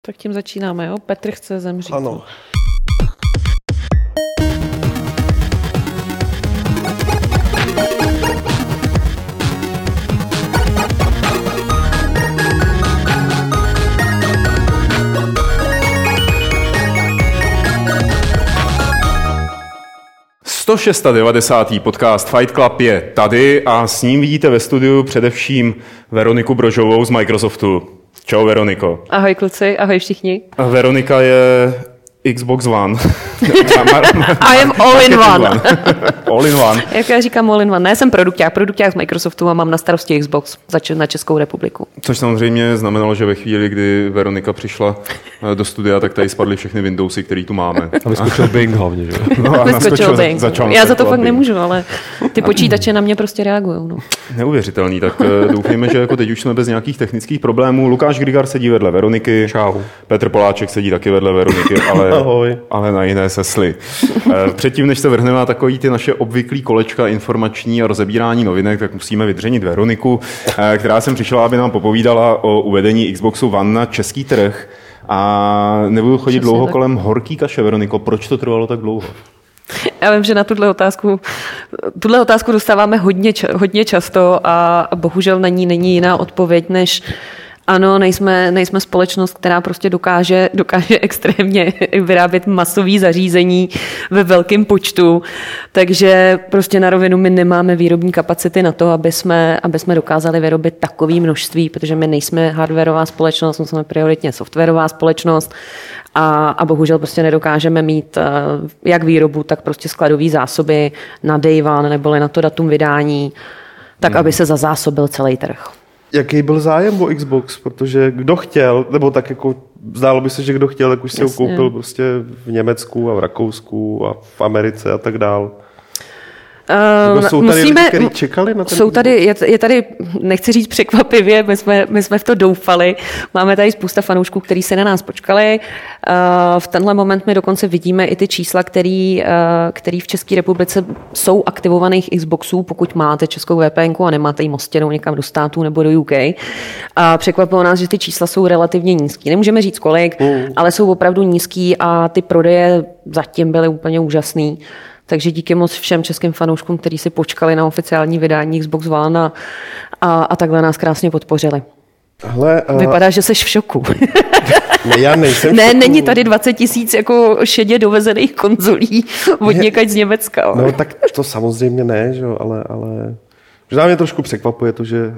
Tak tím začínáme, jo? Petr chce zemřít. Ano. Podcast Fight Club je tady a s ním vidíte ve studiu především Veroniku Brožovou z Microsoftu. Čau, Veroniko. Ahoj kluci, ahoj všichni. A Veronika je Xbox One. I am all in one. All in one. Jak já říkám all in one. Ne, jsem produkták z Microsoftu a mám na starosti Xbox na Českou republiku. Což samozřejmě znamenalo, že ve chvíli, kdy Veronika přišla do studia, tak tady spadly všechny Windowsy, které tu máme. A vyskočil Bing hlavně, že? No, vyskočil Bing. Já za to fakt nemůžu, ale ty počítače na mě prostě reagují. No. Neuvěřitelný, tak doufejme, že jako teď už jsme bez nějakých technických problémů. Lukáš Grigar sedí vedle Veroniky. Čau. Petr Poláček sedí taky vedle Veroniky, ale na jiné sesly. Předtím, než se vrhneme na takový ty naše obvyklý kolečka informační a rozebírání novinek, tak musíme vydřenit Veroniku, která sem přišla, aby nám popovídala o uvedení Xboxu One na český trh. A nebudu chodit Přesně dlouho tak. kolem horký kaše, Veroniko. Proč to trvalo tak dlouho? Já vím, že na tuhle otázku dostáváme hodně často a bohužel na ní není jiná odpověď, než ano, nejsme společnost, která prostě dokáže extrémně vyrábět masový zařízení ve velkém počtu, takže prostě na rovinu my nemáme výrobní kapacity na to, aby jsme dokázali vyrobit takové množství, protože my nejsme hardwarová společnost, my jsme prioritně softwarová společnost a bohužel prostě nedokážeme mít jak výrobu, tak prostě skladové zásoby na day one neboli na to datum vydání, tak aby se zazásobil celý trh. Jaký byl zájem o Xbox? Protože kdo chtěl, nebo tak jako zdálo by se, že kdo chtěl, tak už si ho koupil prostě v Německu a v Rakousku a v Americe a tak dál. Jsou tady lidi, kteří čekali na ten je tady, nechci říct překvapivě, my jsme v to doufali. Máme tady spousta fanoušků, kteří se na nás počkali. V tenhle moment my dokonce vidíme i ty čísla, který v České republice jsou aktivovaných Xboxů, pokud máte českou VPNku a nemáte ji mostěnou někam do států nebo do UK. A překvapilo nás, že ty čísla jsou relativně nízký. Nemůžeme říct kolik, ale jsou opravdu nízký a ty prodeje zatím byly úplně úžasný. Takže díky moc všem českým fanouškům, kteří si počkali na oficiální vydání Xbox One a takhle nás krásně podpořili. Vypadá, že jsi v šoku. Ne, já nejsem Ne, není tady 20 000 jako šedě dovezených konzolí od někaď z Německa. No tak to samozřejmě ne, že? ale možná mě trošku překvapuje to, že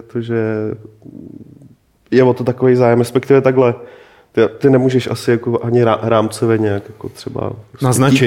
je o to takový zájem, respektive takhle. Ty nemůžeš asi jako ani rámcově nějak jako třeba naznačit.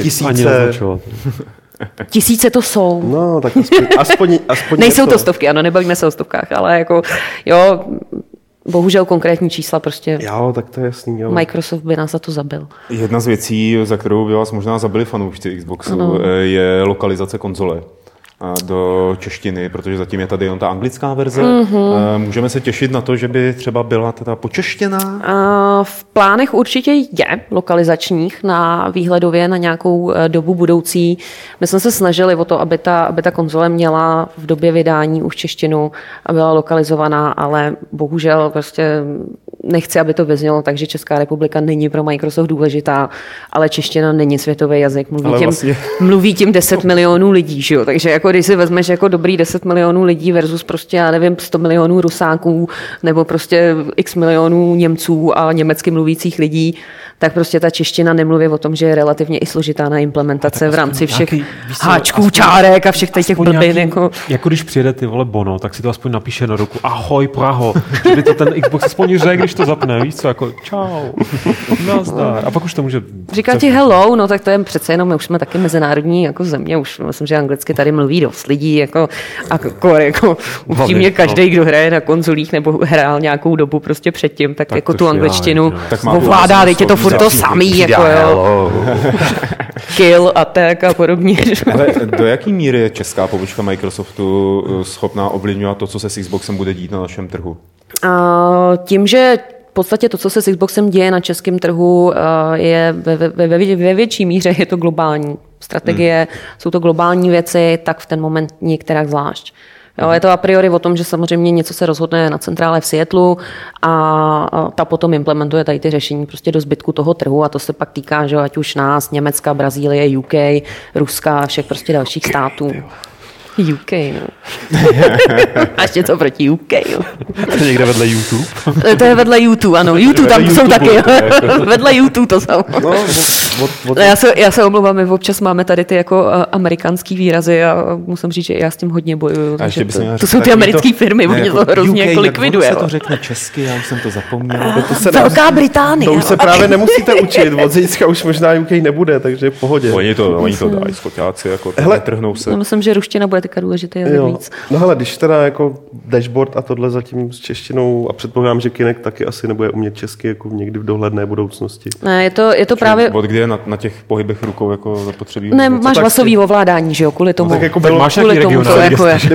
Tisíce to jsou. No, tak aspoň nejsou něco. to stovky, ano, nebavíme se o stovkách, ale jako jo, bohužel konkrétní čísla prostě. Jo, tak to je jasný. Jo. Microsoft by nás za to zabil. Jedna z věcí, za kterou by vás možná zabili fanoušci Xboxu, je lokalizace konzole do češtiny, protože zatím je tady jen ta anglická verze. Můžeme se těšit na to, že by třeba byla teda počeštěná? V plánech určitě je lokalizačních na výhledově na nějakou dobu budoucí. My jsme se snažili o to, aby ta konzole měla v době vydání už češtinu a byla lokalizovaná, ale bohužel prostě nechci, aby to vyznělo, takže Česká republika není pro Microsoft důležitá, ale čeština není světový jazyk. Mluví tím 10 milionů lidí, že jo? Takže jako když si vezmeš jako dobrý 10 milionů lidí versus prostě, já nevím, 100 milionů Rusáků nebo prostě x milionů Němců a německy mluvících lidí, tak prostě ta čeština nemluví o tom, že je relativně i složitá na implementace v rámci všech háčků, čárek a všech těch blbin. Jako když přijede ty vole Bono, tak si to aspoň napíše na ruku ahoj Praho, že by to ten Xbox aspoň řekl, když to zapne, víš co, jako čau, nazdar. A pak už to může... Říká ti hello, no tak to je přece jenom, my už jsme taky mezinárodní jako země, už myslím, že anglicky tady mluví dost lidí, jako upřímně každý, kdo hraje na konzolích nebo hrál nějakou dobu prostě předtím, tak jako tu angličtinu ovládá, teď je to furt to samý, jako jo. Kill, attack a podobně. Ale do jaký míry je česká pobočka Microsoftu schopná ovlivňovat to, co se s Xboxem bude dít na našem trhu? Tím, že v podstatě to, co se s Xboxem děje na českém trhu, je ve větší míře je to globální strategie, jsou to globální věci, tak v ten moment některá zvlášť. Jo, je to a priori o tom, že samozřejmě něco se rozhodne na centrále v Seattlu a ta potom implementuje tady ty řešení prostě do zbytku toho trhu a to se pak týká, že ať už nás, Německa, Brazílie, UK, Ruska a všech prostě dalších států. UK, no. A ještě to proti UK, jo. To je někde vedle YouTube? To je vedle YouTube, ano. YouTube tam jsou taky. Vedle YouTube to jsou. Já se omlouvám, my občas máme tady ty jako amerikánský výrazy a musím říct, že já s tím hodně bojuju. To jsou ty americké firmy, oni to hrozně jako likviduje. Jak se to řekne česky, já už jsem to zapomněl. Velká Británie. To už se právě nemusíte učit, od zítřka už možná UK nebude, takže v pohodě. Oni to dají skoťáci, jako netrhnou se. Myslím, že ruština bude teďka důležitý víc. No hele, když teda jako dashboard a tohle zatím s češtinou a předpokládám, že Kinect taky asi nebude umět česky jako někdy v dohledné budoucnosti. Ne, je to právě... Od kdy je na těch pohybech rukou jako zapotřebí? Ne, máš hlasový ovládání, že jo, kvůli tomu. No, tak jako máš nějaký regionální.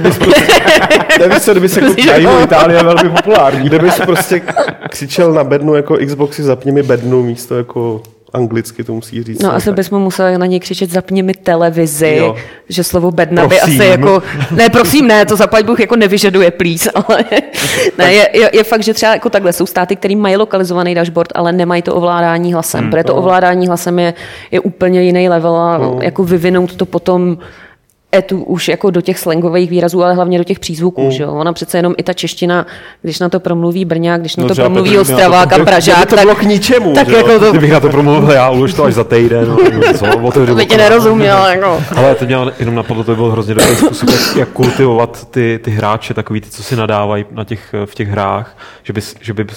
Kdyby se Itálie je velmi populární. Kdyby se prostě křičel na bednu jako Xboxy zapni mi bednu místo jako anglicky to musí říct. No asi bychom museli na něj křičet zapni mi televizi, jo. Že slovo bedna by asi jako... Ne, prosím, ne, to zaplať Bůh jako nevyžaduje, please, ale ne, je fakt, že třeba jako takhle jsou státy, který mají lokalizovaný dashboard, ale nemají to ovládání hlasem. Protože to ovládání hlasem je úplně jiný level a jako vyvinout to potom tu už jako do těch slangových výrazů, ale hlavně do těch přízvuků. Že jo? Ona přece jenom i ta čeština, když na to promluví Brňák, když na to promluví Ostravák a Pražák, to bylo k ničemu. Tak jako to... Kdybych na to promluvil já, už to až za týden. To by tě nerozuměl. Jako. Ale to mě jenom napadlo, to by byl hrozně dobrý způsob, jak kultivovat ty hráče, takový ty, co si nadávají v těch hrách, že by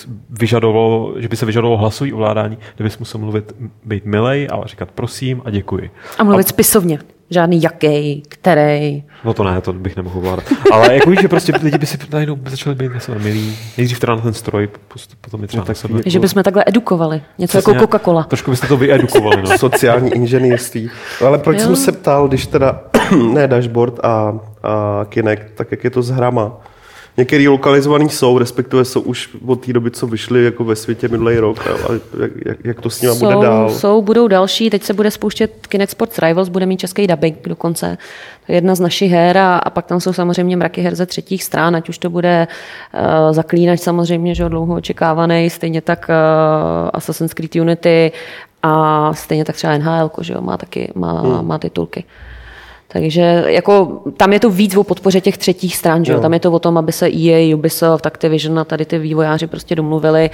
se vyžadovalo hlasový ovládání, kdybys musel být milej a říkat prosím a děkuji. A mluvit spisovně. Žádný jaký, který. No to ne, to bych nemohl vládat. Ale jako víš, že prostě lidi by si najednou začali být milí. Nejdřív teda na ten stroj, potom je třeba tak sebe. Že bychom takhle edukovali. Něco přesně, jako Coca-Cola. Trošku byste to vyedukovali. No. Sociální inženýrství. Ale proč jsem se ptal, když teda ne dashboard a Kinect, tak jak je to s hrama? Některý lokalizovaný jsou, respektive jsou už od té doby, co vyšly jako ve světě minulý rok. Ale jak to s nima bude dál? Budou další. Teď se bude spouštět Kinect Sports Rivals, bude mít český dubbing dokonce. To je jedna z našich her a pak tam jsou samozřejmě mraky her ze třetích stran, ať už to bude Zaklínač samozřejmě, že dlouho očekávaný, stejně tak Assassin's Creed Unity a stejně tak třeba NHL, že má titulky. Takže jako, tam je to víc o podpoře těch třetích stran, že jo? Tam je to o tom, aby se EA, Ubisoft, Activision a tady ty vývojáři prostě domluvili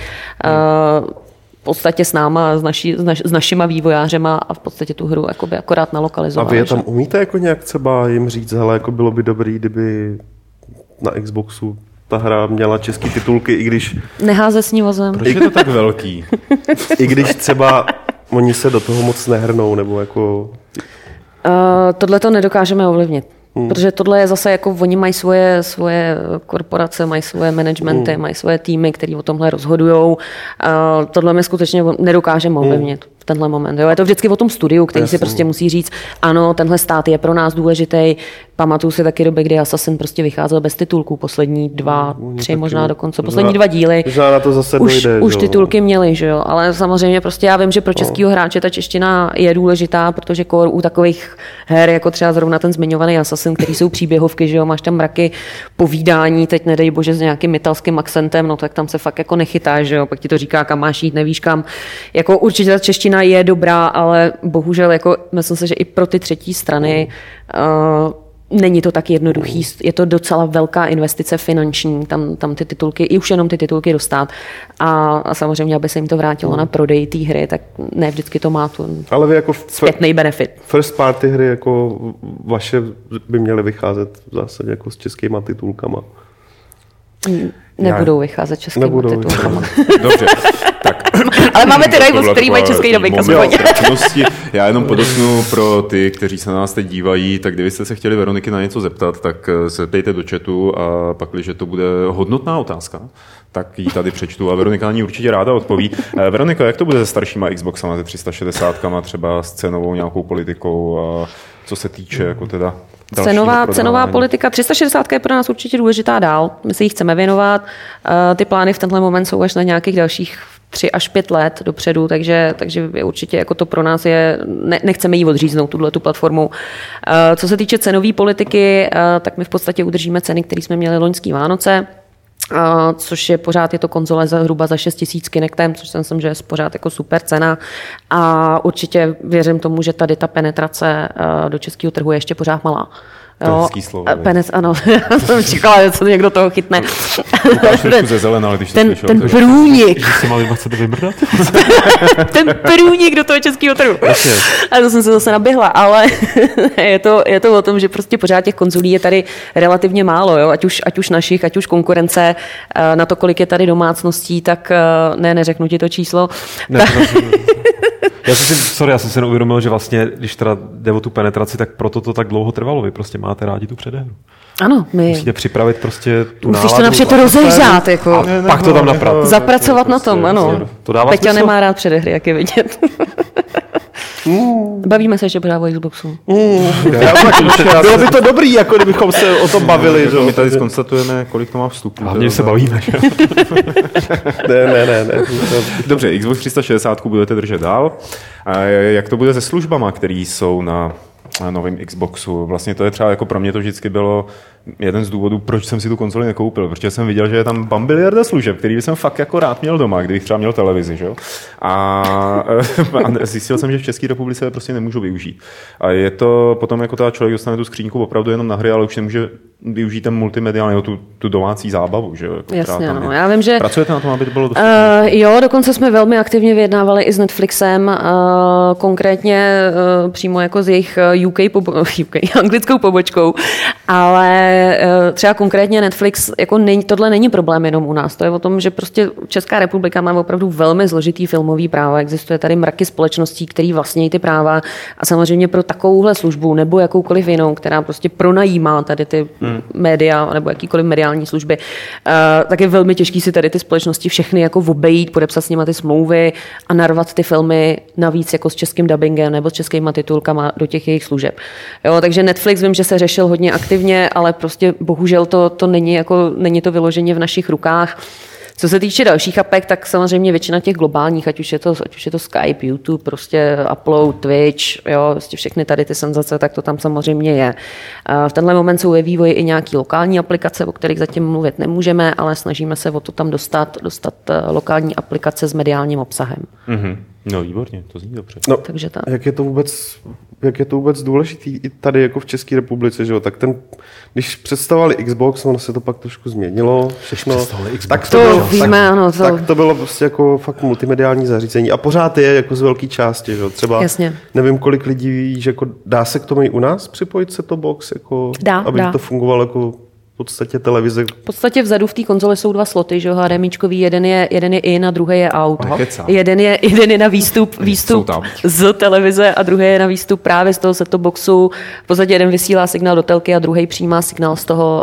v podstatě s náma, s našima vývojářema a v podstatě tu hru akorát nalokalizovali. A vy je tam umíte jako nějak třeba jim říct, hele, jako bylo by dobrý, kdyby na Xboxu ta hra měla český titulky, i když... Neháze s ní vozem. Proč je to tak velký? I když třeba oni se do toho moc nehrnou, nebo jako... Tohle to nedokážeme ovlivnit. Protože tohle je zase jako, oni mají svoje korporace, mají svoje managementy, mají svoje týmy, který o tomhle rozhodujou. Tohle my skutečně nedokážeme ovlivnit v tenhle moment. Jo? Je to vždycky o tom studiu, který si prostě musí říct, ano, tenhle stát je pro nás důležitý. Pamatuju si taky doby, kdy Assassin prostě vycházel bez titulků. Poslední 2, 3 možná dokonce. Poslední 2 díly. Na to zase už titulky měli, že jo. Ale samozřejmě prostě já vím, že pro českého hráče ta čeština je důležitá, protože u takových her, jako třeba zrovna ten zmiňovaný Assassin, který jsou příběhovky, že jo, máš tam mraky povídání, teď nedej bože s nějakým italským akcentem, no tak tam se fakt jako nechytáš, že jo, pak ti to říká, kam máš jít, nevíš kam. Jako určitě ta čeština je dobrá, ale bohužel jako myslím si, že i pro ty třetí strany není to tak jednoduchý, je to docela velká investice finanční, tam ty titulky, i už jenom ty titulky dostat a samozřejmě, aby se jim to vrátilo na prodej té hry, tak ne vždycky to má tu zpětný benefit. First party hry jako vaše by měly vycházet v zásadě jako s českýma titulkama. Nebudou vycházet českými titulkama. Dobře, tak. Ale máme ty Rivals, který mají český dubbing. Já jenom podotknu pro ty, kteří se na nás teď dívají, tak kdybyste se chtěli Veroniky na něco zeptat, tak se ptejte do chatu a pak, když to bude hodnotná otázka, tak ji tady přečtu a Veronika na ní určitě ráda odpoví. Veronika, jak to bude se staršíma Xboxama, se 360kama, třeba s cenovou nějakou politikou, a co se týče jako teda Cenová politika 360 je pro nás určitě důležitá dál. My se jí chceme věnovat. Ty plány v tenhle moment jsou až na nějakých dalších 3 až 5 let dopředu, takže určitě jako to pro nás je, nechceme jí odříznout, tu platformu. Co se týče cenové politiky, tak my v podstatě udržíme ceny, které jsme měli loňský Vánoce, což je pořád, je to konzole zhruba za 6 000 Kinectem, což si myslím, že je pořád jako super cena a určitě věřím tomu, že tady ta penetrace do českého trhu je ještě pořád malá. To je hezký slovo. Ano, já jsem čekala, co někdo toho chytne. Ten průnik. Že si malý chcete vymrdat? Ten průnik do toho českého trhu. A to jsem se zase naběhla, ale je to o tom, že prostě pořád těch konzolí je tady relativně málo, jo? Ať už našich, ať už konkurence, na to, kolik je tady domácností, tak neřeknu ti to číslo. Já jsem si neuvědomil, že vlastně, když teda jde o tu penetraci, tak proto to tak dlouho trvalo. Vy prostě máte rádi tu předehru. Ano, musíte připravit prostě tu náladu. Musíš to napřed rozehřát, jako. Pak to tam naprat. Zapracovat na tom, ano. Peťa nemá rád předehry, jak je vidět. Bavíme se ještě pořád o Xboxu. Bylo by to dobrý, jako kdybychom se o tom bavili. Že? My tady zkonstatujeme, kolik to má vstupů. Hlavně se bavíme. Že? Ne. Dobře, Xbox 360 budete držet dál. A jak to bude se službama, které jsou na novém Xboxu? Vlastně to je třeba, jako pro mě to vždycky bylo jeden z důvodů, proč jsem si tu konzoli nekoupil, protože jsem viděl, že je tam bambiliarda služeb, který bych fakt jako rád měl doma, kdybych třeba měl televizi, že jo? A zjistil jsem, že v České republice prostě nemůžu využít. A je to potom, jako ta člověk dostane tu skříňku opravdu jenom na hry, ale už nemůže využít ten multimediální, tu domácí zábavu, že jo? Jako jasně, no. Já vím, že pracujete na tom, aby to bylo dostupné? Jo, dokonce jsme velmi aktivně vyjednávali i s Netflixem, konkrétně přímo jako s jejich anglickou pobočkou, ale třeba konkrétně Netflix, jako tohle není problém jenom u nás. To je o tom, že prostě Česká republika má opravdu velmi zložitý filmový práva. Existuje tady mraky společností, které vlastní ty práva a samozřejmě pro takovouhle službu nebo jakoukoliv jinou, která prostě pronajímá tady ty média nebo jakýkoliv mediální služby, tak je velmi těžký si tady ty společnosti všechny jako obejít, podepsat s nimi ty smlouvy a narvat ty filmy navíc jako s českým dubbingem nebo s českýma titulkama do těch jejich služeb. Jo, takže Netflix vím, že se řešil hodně aktivně, ale prostě bohužel to není to vyloženě v našich rukách. Co se týče dalších apek, tak samozřejmě většina těch globálních, ať už je to Skype, YouTube, prostě Upload, Twitch, jo, prostě všechny tady ty senzace, tak to tam samozřejmě je. V tenhle moment jsou ve vývoji i nějaké lokální aplikace, o kterých zatím mluvit nemůžeme, ale snažíme se o to tam dostat lokální aplikace s mediálním obsahem. Mm-hmm. No výborně, to zní dobře. No, takže tak. Jak je to vůbec důležitý i tady jako v České republice, že jo? Tak když představovali Xbox, ono se to pak trošku změnilo, všechno. Tak to bylo prostě jako fakt multimediální zařízení a pořád je jako z velké části, že jo? Třeba jasně. Nevím, kolik lidí ví, že jako dá se k tomu i u nás připojit set-top box, jako aby to fungovalo jako v podstatě televize. V podstatě vzadu v té konzoli jsou 2 sloty, že jo, HDMIčkový, jeden je in a druhý je out. Jeden je na výstup z televize a druhý je na výstup právě z toho set-top boxu. V podstatě jeden vysílá signál do telky a druhý přijímá signál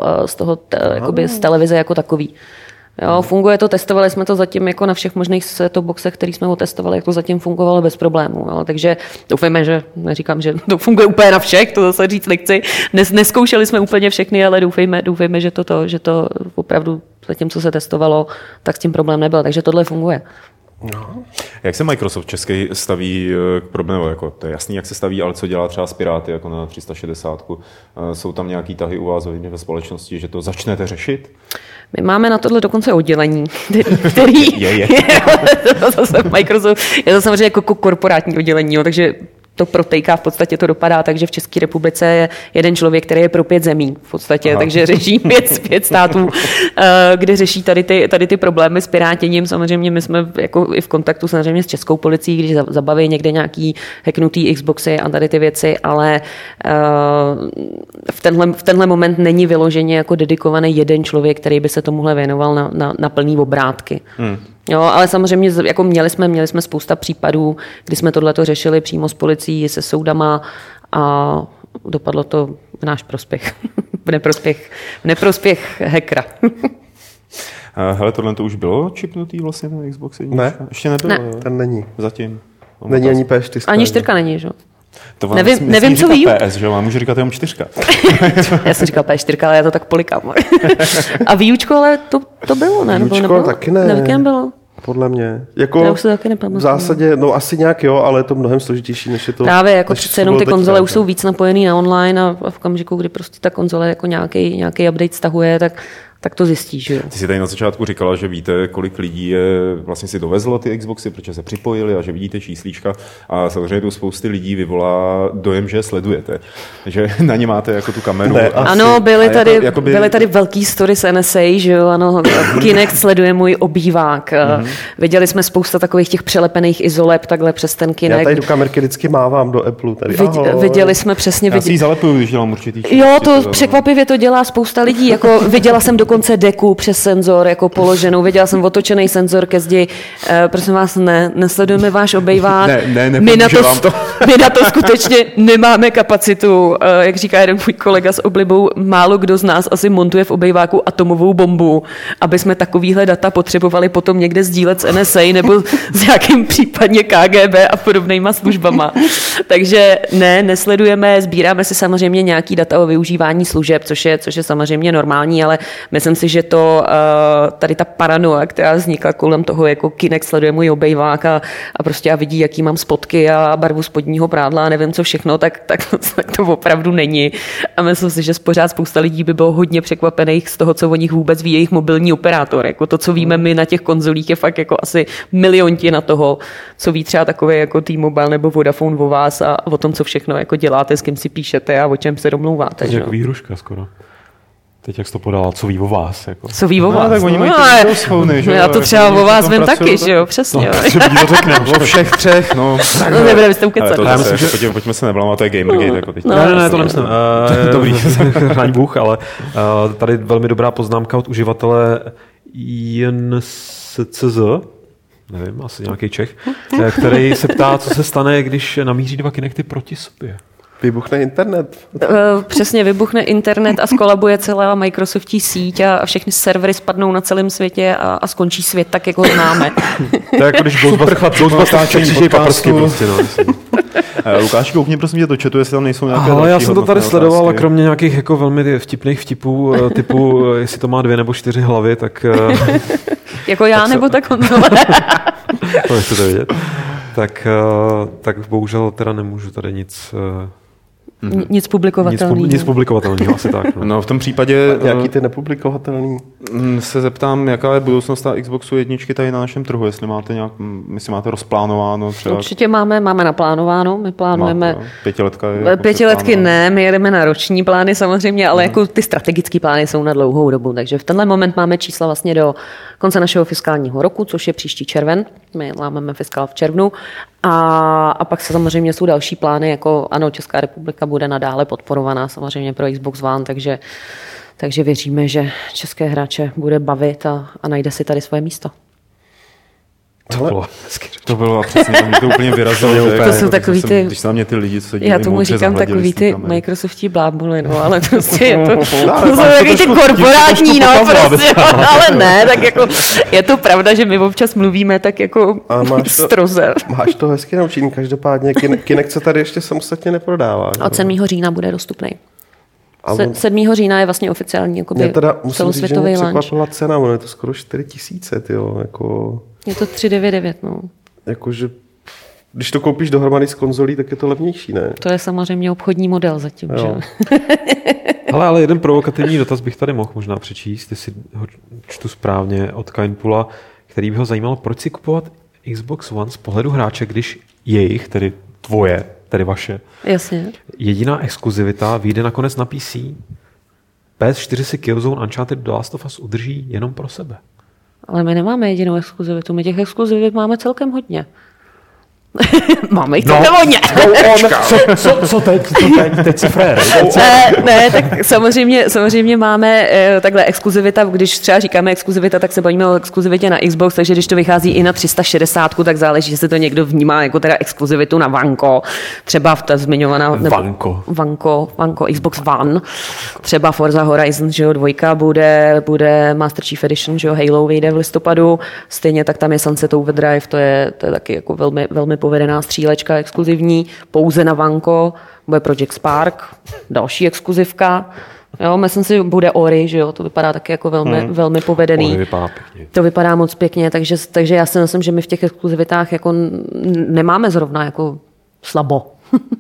jakoby z televize jako takový. Jo, funguje to, testovali jsme to zatím jako na všech možných set-top boxech, který jsme otestovali, jak to zatím fungovalo bez problémů. Jo. Takže doufejme, že neříkám, že to funguje úplně na všech, to zase říct nechci. Neskoušeli jsme úplně všechny, ale doufejme, že to opravdu zatím, co se testovalo, tak s tím problém nebyl. Takže tohle funguje. No. Jak se Microsoft český staví k problému? Jako, to je jasný, jak se staví, ale co dělá třeba s Piráty jako na 360? Jsou tam nějaký tahy u vás ve společnosti, že to začnete řešit? My máme na tohle dokonce oddělení, který je. Microsoft je to samozřejmě jako korporátní oddělení, jo, takže to protejká, v podstatě to dopadá tak, že v České republice je jeden člověk, který je pro 5 zemí v podstatě, takže řeší 5 států, kde řeší tady ty problémy s pirátěním. Samozřejmě my jsme jako i v kontaktu samozřejmě s českou policií, když zabaví někde nějaký hacknutý Xboxy a tady ty věci, ale v tenhle moment není vyloženě jako dedikovaný jeden člověk, který by se tomuhle věnoval na plný obrátky. Jo, ale samozřejmě jako měli jsme spousta případů, kdy jsme tohleto řešili přímo s policií, se soudama a dopadlo to v náš prospěch. v neprospěch hackera. Hele, tohle to už bylo čipnutý vlastně ten Xbox? Ne. Ještě nebylo? Ne. Ten není. Zatím. Není ani P4. Ani 4 není, že? To nevím, co ví. PS, že vám můžu říkat jenom 4. Já jsem říkal P4, ale já to tak polikám. A výučko, ale to bylo, ne? Výučko taky ne. Nevíkem bylo. Podle mě. Jako já už se taky nepamatuju. V zásadě, no asi nějak jo, ale je to mnohem složitější, než je to. Právě, jako přece jenom ty konzole už jsou víc napojený na online a v okamžiku, kdy prostě ta konzole jako nějaký update stahuje, tak to zjistíš, že jo. Ty jsi tady na začátku říkala, že víte, kolik lidí vlastně si dovezlo ty Xboxy, protože se připojili a že vidíte číslíčka a samozřejmě tu spousty lidí vyvolá dojem, že je sledujete. Že na ně máte jako tu kameru. Ne, ano, byly tady velký story z NSA, že jo, ano, Kinect sleduje můj obývák. Viděli jsme spousta takových těch přelepených izoleb takhle přes ten Kinect. Já tady do kamerky vždycky mávám do Apple. Tady. Viděli jsme přesně. Já si ji zalepuju, když dělám určitý číslo. Jo, to překvapivě to dělá spousta lidí. Jako viděla jsem dokonce deku přes senzor, jako položenou. Viděla jsem otočený senzor ke zdi. Prosím vás, nesledujeme váš obejvák. My na to skutečně nemáme kapacitu. Jak říká jeden můj kolega s oblibou, málo kdo z nás asi montuje v obejváku atomovou bombu, aby jsme takovýhle data potřebovali potom někde sdílet s NSA nebo s nějakým případně KGB a podobnýma službama. Takže nesledujeme, sbíráme si samozřejmě nějaký data o využívání služeb, což je samozřejmě normální, ale myslím si, že tady ta paranoia, která vznikla kolem toho, jako Kinect sleduje můj obejvák a prostě já vidí, jaký mám spotky a barvu spodního prádla a nevím co všechno, tak to opravdu není. A myslím si, že pořád spousta lidí by bylo hodně překvapených z toho, co o nich vůbec ví jejich mobilní operátor. Jako to, co víme my na těch konzolích, je fakt jako asi milionti na toho, co ví třeba takové jako T-Mobile nebo Vodafone o vás a o tom, co všechno jako děláte, s kým si píšete a o čem se domlouváte. To je jako výhruška skoro. Teď jak jsi to podala, co ví o vás? Jako. Co ví o vás? Tak oni mají schouny, že jo? Já to třeba o vás vím taky, že jo, přesně. To řekne. O všech třech, no. No nebude, byste ukecat. Já myslím, že pojďme se neblámat, to je Gamergate. Jako teď. Ne, to nemyslím. Dobrý, chráň Bůh, ale tady velmi dobrá poznámka od uživatele INSCZ, nevím, asi nějaký Čech, který se ptá, co se stane, když namíří dva Kinecty proti sobě. Vybuchne internet. Přesně, vybuchne internet a skolabuje celá Microsoftí síť a všechny servery spadnou na celém světě a skončí svět tak, jako ho známe. To je jako když Ghostbusters kříží paprsky. Lukáši, koukni prosím tě do chatu, jestli tam nejsou nějaké ale já jsem to tady sledoval a kromě nějakých jako velmi vtipných vtipů typu, jestli to má 2 nebo 4 hlavy, tak... jako já tak nebo ta konzole. To nechcete vidět. Tak bohužel teda nemůžu tady nic... Nic publikovatelného. Nic publikovatelného, asi tak. No v tom případě... Jaký ty nepublikovatelný? Se zeptám, jaká je budoucnost na Xboxu 1 tady na našem trhu, jestli máte rozplánováno třeba... Určitě máme naplánováno, my plánujeme... Pětiletka je... Jako 5letky ne, my jedeme na roční plány samozřejmě, ale jako ty strategické plány jsou na dlouhou dobu, takže v tenhle moment máme čísla vlastně do konce našeho fiskálního roku, což je příští červen, my lámeme fiskál v červnu a pak se samozřejmě jsou další plány, jako ano, Česká republika bude nadále podporovaná samozřejmě pro Xbox One, takže věříme, že české hráče bude bavit a najde si tady svoje místo. To bylo přesně, mě to úplně vyrazilo. To jsou takový ty... Když se na mě ty lidi, co dělají, já tomu říkám takový ty Microsoftí blábuli, no, ale prostě je to jsou takový ty korporátní, no, prostě, ale ne, tak jako je to pravda, že my občas mluvíme tak jako stroze. Máš to hezky naučení, každopádně Kinect se tady ještě samostatně neprodává. Od 7. října bude dostupný. 7. října je vlastně oficiální jakoby celosvětový launch. Mě překvapila cena, ono je to skoro 4 000, jo, jako... Je to 399, no. Jakože, když to koupíš dohromady s konzolí, tak je to levnější, ne? To je samozřejmě obchodní model zatím, že? Ale jeden provokativní dotaz bych tady mohl možná přečíst, jestli ho čtu správně od Kindpula, který by ho zajímalo, proč si kupovat Xbox One z pohledu hráče, když jejich, tedy tvoje, tedy vaše, jasně, jediná exkluzivita vyjde nakonec na PC. PS4 si Killzone, Uncharted, The Last of Us udrží jenom pro sebe. Ale my nemáme jedinou exkluzivitu, my těch exkluzivit máme celkem hodně. Máme jich celkem hodně. Co teď? Teď si frér. Ne, tak samozřejmě máme takhle exkluzivita, když třeba říkáme exkluzivita, tak se bavíme o exkluzivitě na Xbox, takže když to vychází i na 360, tak záleží, jestli to někdo vnímá jako teda exkluzivitu na Vanko, třeba v ta zmiňovaná... Vanko, Xbox One, třeba Forza Horizon, že jo, 2 bude Master Chief Edition, že jo, Halo vyjde v listopadu, stejně tak tam je Sunset Overdrive, to je taky jako velmi povedená střílečka exkluzivní, pouze na Vanko, bude Project Spark, další exkluzivka, Jo, myslím si, že bude Ori, že jo, to vypadá taky jako velmi povedený. Ori vypadá pěkně. To vypadá moc pěkně, takže já si myslím, že my v těch exkluzivitách jako nemáme zrovna jako slabo.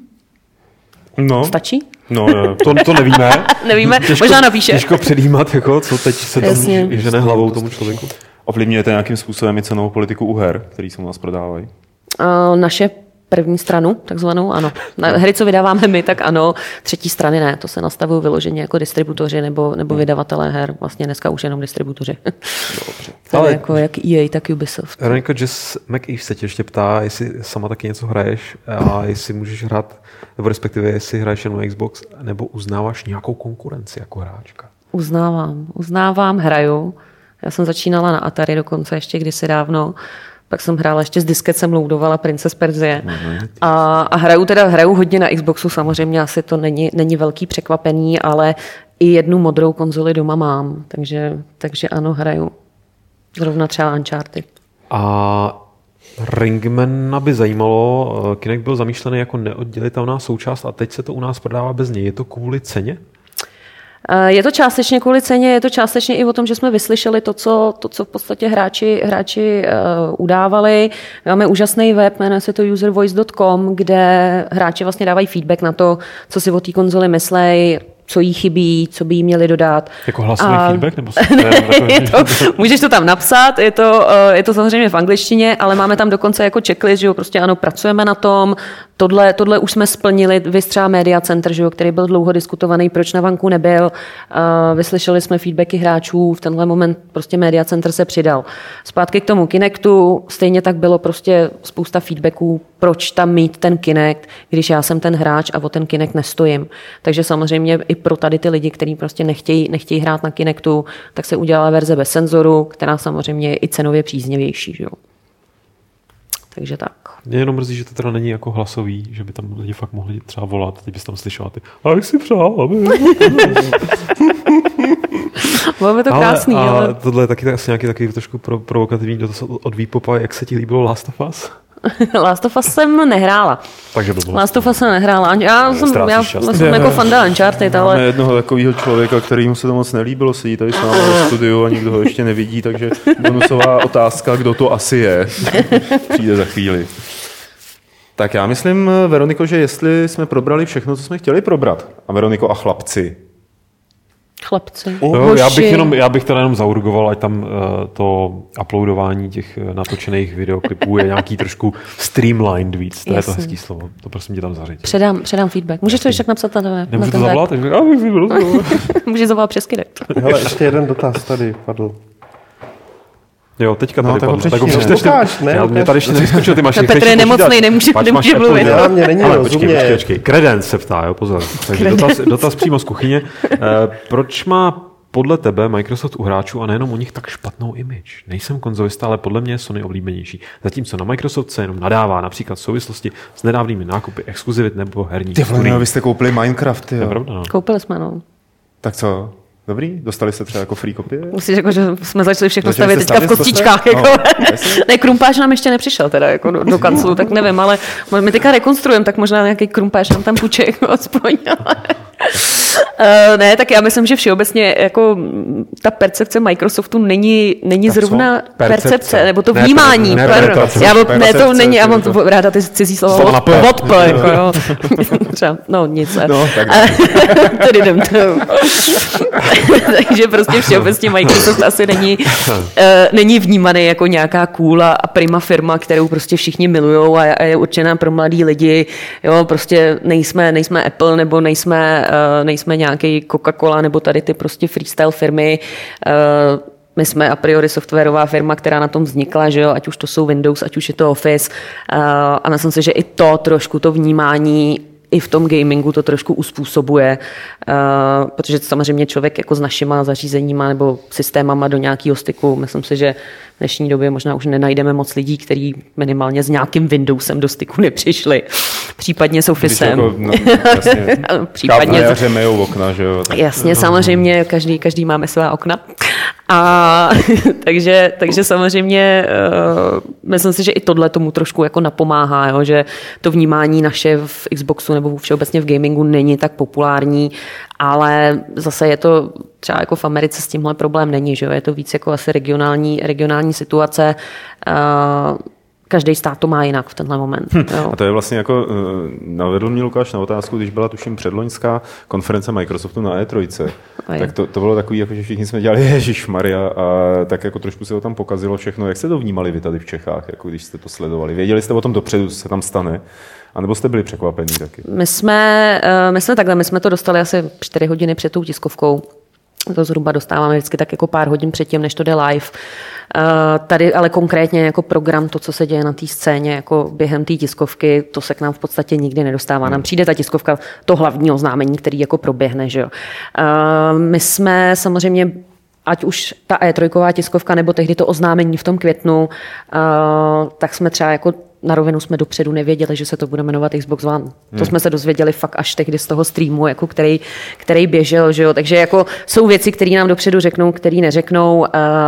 No. Stačí? No, to nevíme. Nevíme, možná napíše. Těžko předjímat, jako, co teď se tam žene hlavou tomu člověku. Ovlivňujete nějakým způsobem i cenovou politiku u her, který se u nás prodávají? Naše první stranu, takzvanou, ano. Hry, co vydáváme my, tak ano. Třetí strany ne, to se nastavují vyloženě jako distributoři nebo vydavatelé her. Vlastně dneska už jenom distributoři. Dobře. To je jako jak EA, tak Ubisoft. Veronika, Jess McEve se tě ještě ptá, jestli sama taky něco hraješ a jestli můžeš hrát, nebo respektive jestli hraješ jenom Xbox, nebo uznáváš nějakou konkurenci jako hráčka. Uznávám, hraju. Já jsem začínala na Atari dokonce ještě kdysi dávno. Pak jsem hrála ještě z disket, jsem loudovala Princess Perzie. A hraju hodně na Xboxu, samozřejmě asi to není velký překvapení, ale i jednu modrou konzoli doma mám, takže ano, hraju. Zrovna třeba Uncharted. A Ringmana by zajímalo, Kinect byl zamýšlený jako neoddělitelná součást a teď se to u nás prodává bez něj. Je to kvůli ceně? Je to částečně kvůli ceně, je to částečně i o tom, že jsme vyslyšeli to, co v podstatě hráči udávali. Máme úžasný web, jmenuje se to uservoice.com, kde hráči vlastně dávají feedback na to, co si o té konzoli myslejí, co jí chybí, co by jí měli dodat. Jako hlasový feedback? Nebo můžeš to tam napsat, je to samozřejmě v angličtině, ale máme tam dokonce jako checklist, že jo, prostě ano, pracujeme na tom, tohle už jsme splnili, vystřeba Media Center, že jo, který byl dlouho diskutovaný, proč na vanku nebyl. Vyslyšeli jsme feedbacky hráčů, v tenhle moment prostě Media Center se přidal. Zpátky k tomu Kinectu, stejně tak bylo prostě spousta feedbacků, proč tam mít ten Kinect, když já jsem ten hráč a o ten Kinect nestojím. Takže samozřejmě i pro tady ty lidi, kteří prostě nechtějí hrát na Kinectu, tak se udělala verze bez senzoru, která samozřejmě je i cenově příznivější. Že jo? Takže tak. Mě jenom mrzí, že to teda není jako hlasový, že by tam lidi fakt mohli třeba volat, teď bys tam slyšela ty, a jak si přál, Bylo by to krásný. Ale tohle je taky asi nějaký takový trošku provokativní dotaz od Výpopa, jak se ti líbilo Last of Us? Last of Us jsem nehrála. Takže by bylo. Last of Us jsem nehrála. Já jsem jako fanda Uncharted, ale... Máme jednoho takového člověka, kterýmu se to moc nelíbilo, sedí tady s námi ve studiu a nikdo ho ještě nevidí, takže bonusová otázka, kdo to asi je, přijde za chvíli. Tak já myslím, Veroniko, že jestli jsme probrali všechno, co jsme chtěli probrat, a Veroniko a chlapci, já bych teda jenom zaurgoval, ať tam to uploadování těch natočených videoklipů je nějaký trošku streamlined víc. To je to hezký slovo. To prosím tě tam zařadit. Předám feedback. Můžeš to ještě tak napsat na Nemůžu to zavolat? Můžeš zavolat přes Kinect. Hele, ještě jeden dotaz tady padl. Jo, teďka tady padlo. Tak ho přečteš. Mě tady ještě nevyskočil, ty máš. Petr je nemocnej, nemůže mluvit. Mě není rozumět. Počkej. Credence se ptá, jo, pozor. Takže dotaz přímo z kuchyně. Proč má podle tebe Microsoft u hráčů a nejenom u nich tak špatnou image? Nejsem konzolista, ale podle mě je Sony oblíbenější. Zatímco na Microsoft se jenom nadává například v souvislosti s nedávnými nákupy exkluzivit nebo herní. Ty vole, vy jste koupili Minecraft, jo. To je pravda, no. Koupili jsme, no. Tak co? Dobrý? Dostali jste třeba jako free kopie? Musíš jako, že jsme začali všechno stavět teďka v kostičkách. Jako. Ne, krumpáč nám ještě nepřišel teda jako do kanclu, tak nevím, ale my teďka rekonstruujeme, tak možná nějaký krumpáč nám tam půjče jako aspoň. Ne, tak já myslím, že všeobecně jako ta percepce Microsoftu není zrovna percepce, nebo to vnímání. To není, já mám ráda ty cizí slova. No nic. Tedy jdem to. Takže prostě všeobecně Microsoft asi není vnímaný jako nějaká cool a prima firma, kterou prostě všichni milujou a je určená pro mladý lidi. Jo, prostě nejsme Apple nebo nejsme nějaký Coca-Cola nebo tady ty prostě freestyle firmy. My jsme a priori softwarová firma, která na tom vznikla, že jo, ať už to jsou Windows, ať už je to Office. A myslím si, že i to trošku to vnímání i v tom gamingu to trošku uspůsobuje, protože samozřejmě člověk jako s našima zařízeníma nebo systémama do nějakého styku, myslím si, že v dnešní době možná už nenajdeme moc lidí, kteří minimálně s nějakým Windowsem do styku nepřišli. Případně s Officem. Jako, případně okna, že jo? Jasně, samozřejmě, každý máme svá okna. Takže samozřejmě myslím si, že i tohle tomu trošku jako napomáhá, jo, že to vnímání naše v Xboxu nebo všeobecně v gamingu není tak populární, ale zase je to třeba jako v Americe s tímhle problém není, že jo, je to víc jako asi regionální situace. Každý stát to má jinak v tenhle moment. Jo. A to je vlastně jako, navedl mě Lukáš na otázku, když byla tuším předloňská konference Microsoftu na E3, tak to bylo takový, jako, že všichni jsme dělali ježišmarja a tak jako trošku se to tam pokazilo všechno. Jak jste to vnímali vy tady v Čechách, jako když jste to sledovali? Věděli jste o tom dopředu, co se tam stane? A nebo jste byli překvapení taky? My jsme to dostali asi 4 hodiny před tou tiskovkou. To zhruba dostáváme vždycky tak jako pár hodin předtím, než to jde live. Tady ale konkrétně jako program, to, co se děje na té scéně, jako během té tiskovky, to se k nám v podstatě nikdy nedostává. Nám přijde ta tiskovka, to hlavní oznámení, který jako proběhne. Že jo. My jsme samozřejmě, ať už ta E3 tiskovka, nebo tehdy to oznámení v tom květnu, tak jsme třeba jako na rovinu jsme dopředu nevěděli, že se to bude jmenovat Xbox One. To jsme se dozvěděli fakt až tehdy z toho streamu, jako který běžel. Že jo? Takže jako jsou věci, které nám dopředu řeknou, které neřeknou.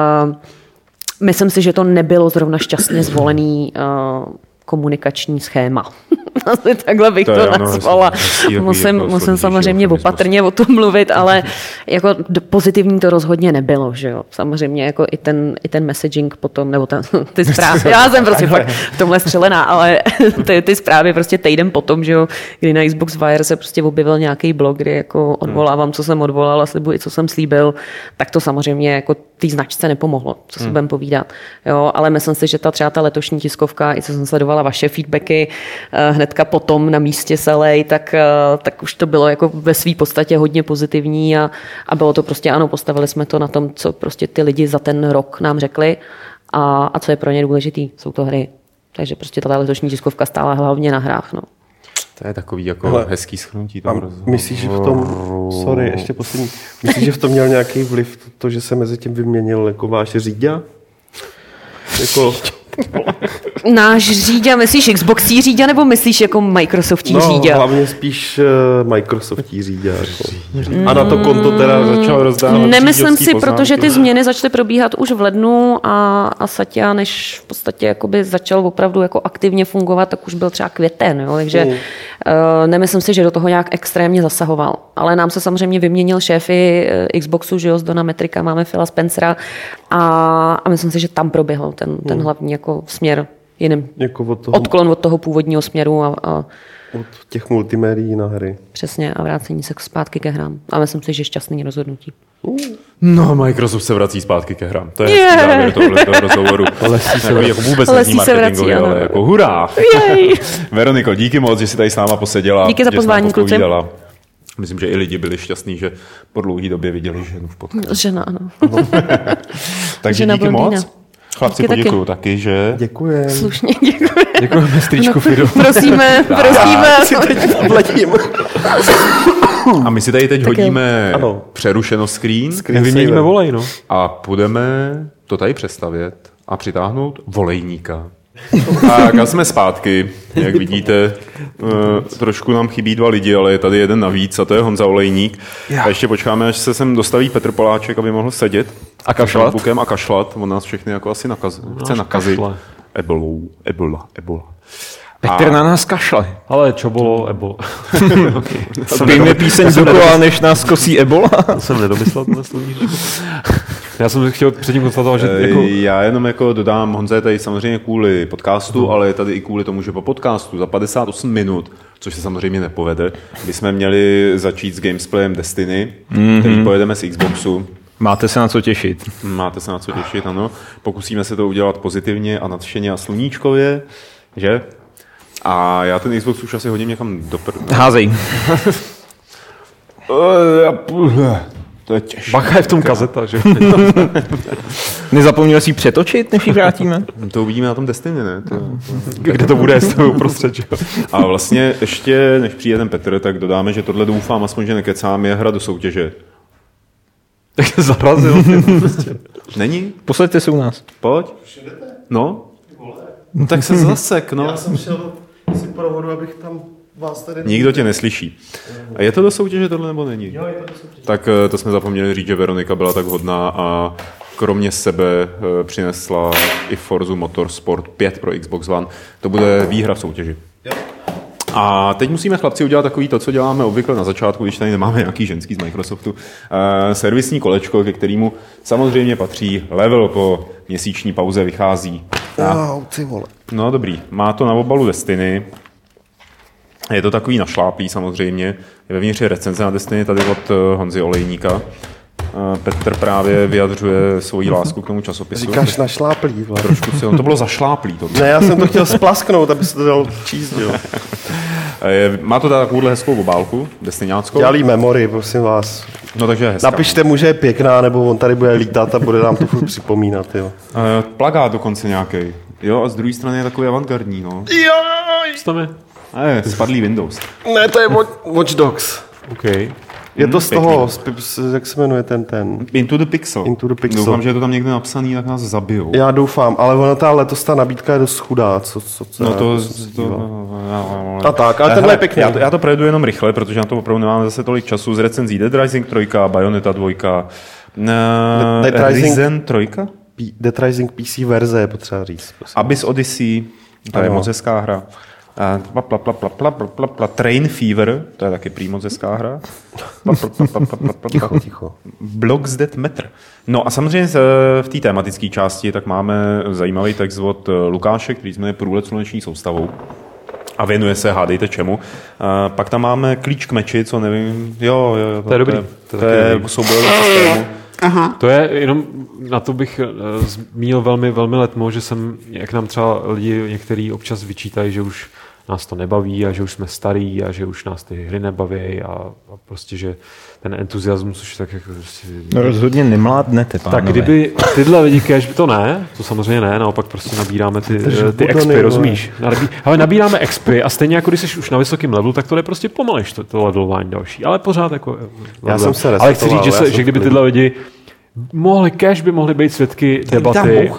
Myslím si, že to nebylo zrovna šťastně zvolený komunikační schéma. Asi takhle bych to nazvala. Musím samozřejmě opatrně o tom mluvit, ale jako pozitivní to rozhodně nebylo, že jo. Samozřejmě jako i ten messaging potom, nebo ty zprávy. Já jsem prostě fakt v tomhle střelená, ale ty zprávy prostě týden potom, že jo, kdy na Xbox Wire se prostě objevil nějaký blog, kdy jako odvolávám, co jsem odvolal a slibuji, co jsem slíbil, tak to samozřejmě jako té značce nepomohlo, co si budeme povídat. Jo, ale myslím si, že třeba ta letošní tiskovka, i co jsem sledovala vaše feedbacky hnedka potom na místě selej, tak už to bylo jako ve své podstatě hodně pozitivní a bylo to prostě ano, postavili jsme to na tom, co prostě ty lidi za ten rok nám řekli a co je pro ně důležitý, jsou to hry. Takže prostě ta letošní tiskovka stála hlavně na hrách. No. To je takový jako hezký shrnutí. Myslíš, že v tom, ještě poslední, myslíš, že v tom měl nějaký vliv to, že se mezi tím vyměnil jako váš říďa? Jako... Náš říďa, myslíš Xboxí říďa, nebo myslíš jako Microsoftí říďa? No, hlavně spíš Microsoftí říďa. Jako. A na to konto teda začal rozdávat. Nemyslím si, protože ty změny začaly probíhat už v lednu a Satya, než v podstatě jakoby začal opravdu jako aktivně fungovat, tak už byl třeba květen. Jo? Takže nemyslím si, že do toho nějak extrémně zasahoval. Ale nám se samozřejmě vyměnil šéfy Xboxu, že jo, z Dona Metrika, máme Phila Spencera a myslím si, že tam proběhl ten hlavní jako směr jiným. Jako odklon od toho původního směru a od těch multimérií na hry. Přesně a vrácení se zpátky ke hrám. A myslím si, že šťastný rozhodnutí. No, Microsoft se vrací zpátky ke hrám. To je závěr toho rozhovoru. Jako vůbec není marketingový, ale jako hurá. Veroniko, díky moc, že jsi tady s náma poseděla. Díky za pozvání, kluci. Myslím, že i lidi byli šťastní, že po dlouhé době viděli ženu v podcastu. Žena, ano. Takže žena díky blondýna. moc. Chlapci, poděkuju taky, že? Děkujeme. Slušně, děkujeme. Děkujeme stričku Fido. Prosíme. A my si tady teď hodíme přerušeno screen. Vyměníme volej, no. A půjdeme to tady přestavět a přitáhnout volejníka. Tak a jsme zpátky, jak vidíte, trošku nám chybí 2 lidi, ale je tady jeden navíc a to je Honza Olejník. A ještě počkáme, až se sem dostaví Petr Poláček, aby mohl sedět a kašlat. A kašlat. On nás všechny jako asi chce nakazit. Ebola. Petr na nás kašle. Ale čo bylo Ebola? Zpijme píseň dokola, než nás kosí Ebola. To jsem nedomyslel tohle slovíčko. Já jsem chtěl předtím konstatovat, že jako... Já jenom jako dodám, Honza je tady samozřejmě kvůli podcastu, ale je tady i kvůli tomu, že po podcastu za 58 minut, což se samozřejmě nepovede, bychom měli začít s gamesplayem Destiny, který pojedeme z Xboxu. Máte se na co těšit. Máte se na co těšit, ano. Pokusíme se to udělat pozitivně a nadšeně a sluníčkově, že? A já ten Xbox už asi hodím někam do Házej. To je těžké. Bacha je v tom kazeta, že? Nezapomněl si ji přetočit, než ji vrátíme? To uvidíme na tom Destiny, ne? Kde to bude, jestli to uprostřed, že? A vlastně ještě, než přijde ten Petr, tak dodáme, že tohle doufám, aspoň, že nekecám, je hra do soutěže. Tak se zarazil. Není? Posaďte se u nás. Pojď. No. No tak se zasek, no. Já jsem šel si provodu, abych tam vás tady... Nikdo tě neslyší. A je to do soutěže tohle nebo není? Jo, je to do soutěže. Tak to jsme zapomněli říct, že Veronika byla tak hodná a kromě sebe přinesla i Forza Motorsport 5 pro Xbox One. To bude výhra v soutěži. A teď musíme, chlapci, udělat takový to, co děláme obvykle na začátku, když tady nemáme nějaký ženský z Microsoftu. Servisní kolečko, ke kterému samozřejmě patří level, po měsíční pauze vychází. Ty vole. No dobrý, má to na obalu Destiny. Je to takový našláplý samozřejmě. Je vevnitř recenze na Destiny tady od Honzy Olejníka. Petr právě vyjadřuje svoji lásku k tomu časopisu. Říkáš našláplý. Trošku si, to bylo zašláplý. To bylo. Ne, já jsem to chtěl splasknout, aby se to dal číst. Jo. Má to takovouhle hezkou obálku, destiňáckou. Dělí memory, prosím vás. No takže je hezká. Napište mu, že je pěkná, nebo on tady bude lítat a bude nám to furt připomínat. Jo. Plagát dokonce nějaký. Jo, a z druhé strany je takový avantgardní. No. Joj! Co tam je? Spadlý Windows. Ne, to je Watch Dogs. Okay. Je to z toho, jak se jmenuje ten? Into the Pixel. Doufám, že je to tam někde napsaný, tak nás zabijou. Já doufám, ale ona letos ta nabídka je dost chudá. A tak, ale tenhle je pěkný. Já to projedu jenom rychle, protože na to opravdu nemáme zase tolik času. Z recenzí Dead Rising 3, Bayonetta 2, Risen 3. Dead Rising PC verze je potřeba říct. Abyss Odyssey, to je moc hezká hra. Train Fever, to je taky prý moc hezká hra. Ticho. Blocks That Matter. No a samozřejmě v té tematické části tak máme zajímavý text od Lukáše, který jsme Průlet sluneční soustavou. A věnuje se, hádejte čemu. Pak tam máme Klíč k meči, co nevím. Jo, to je dobrý. To je soubojový systému. Aha. To je jenom, na to bych zmínil velmi, velmi letmo, že jsem, jak nám třeba lidi některý občas vyčítají, že už nás to nebaví a že už jsme starý a že už nás ty hry nebaví a prostě, že ten entuziasmus už tak jako... No rozhodně nemládnete, pánové. Tak kdyby tyhle lidi cash, to ne, to samozřejmě ne, naopak prostě nabíráme ty expy, rozumíš? Ale nabíráme expy a stejně jako když jsi už na vysokém levelu, tak to jde prostě pomalejš, to levelování další, ale pořád jako... Ale chci říct, že kdyby tyhle lidi by mohli být svědky debaty,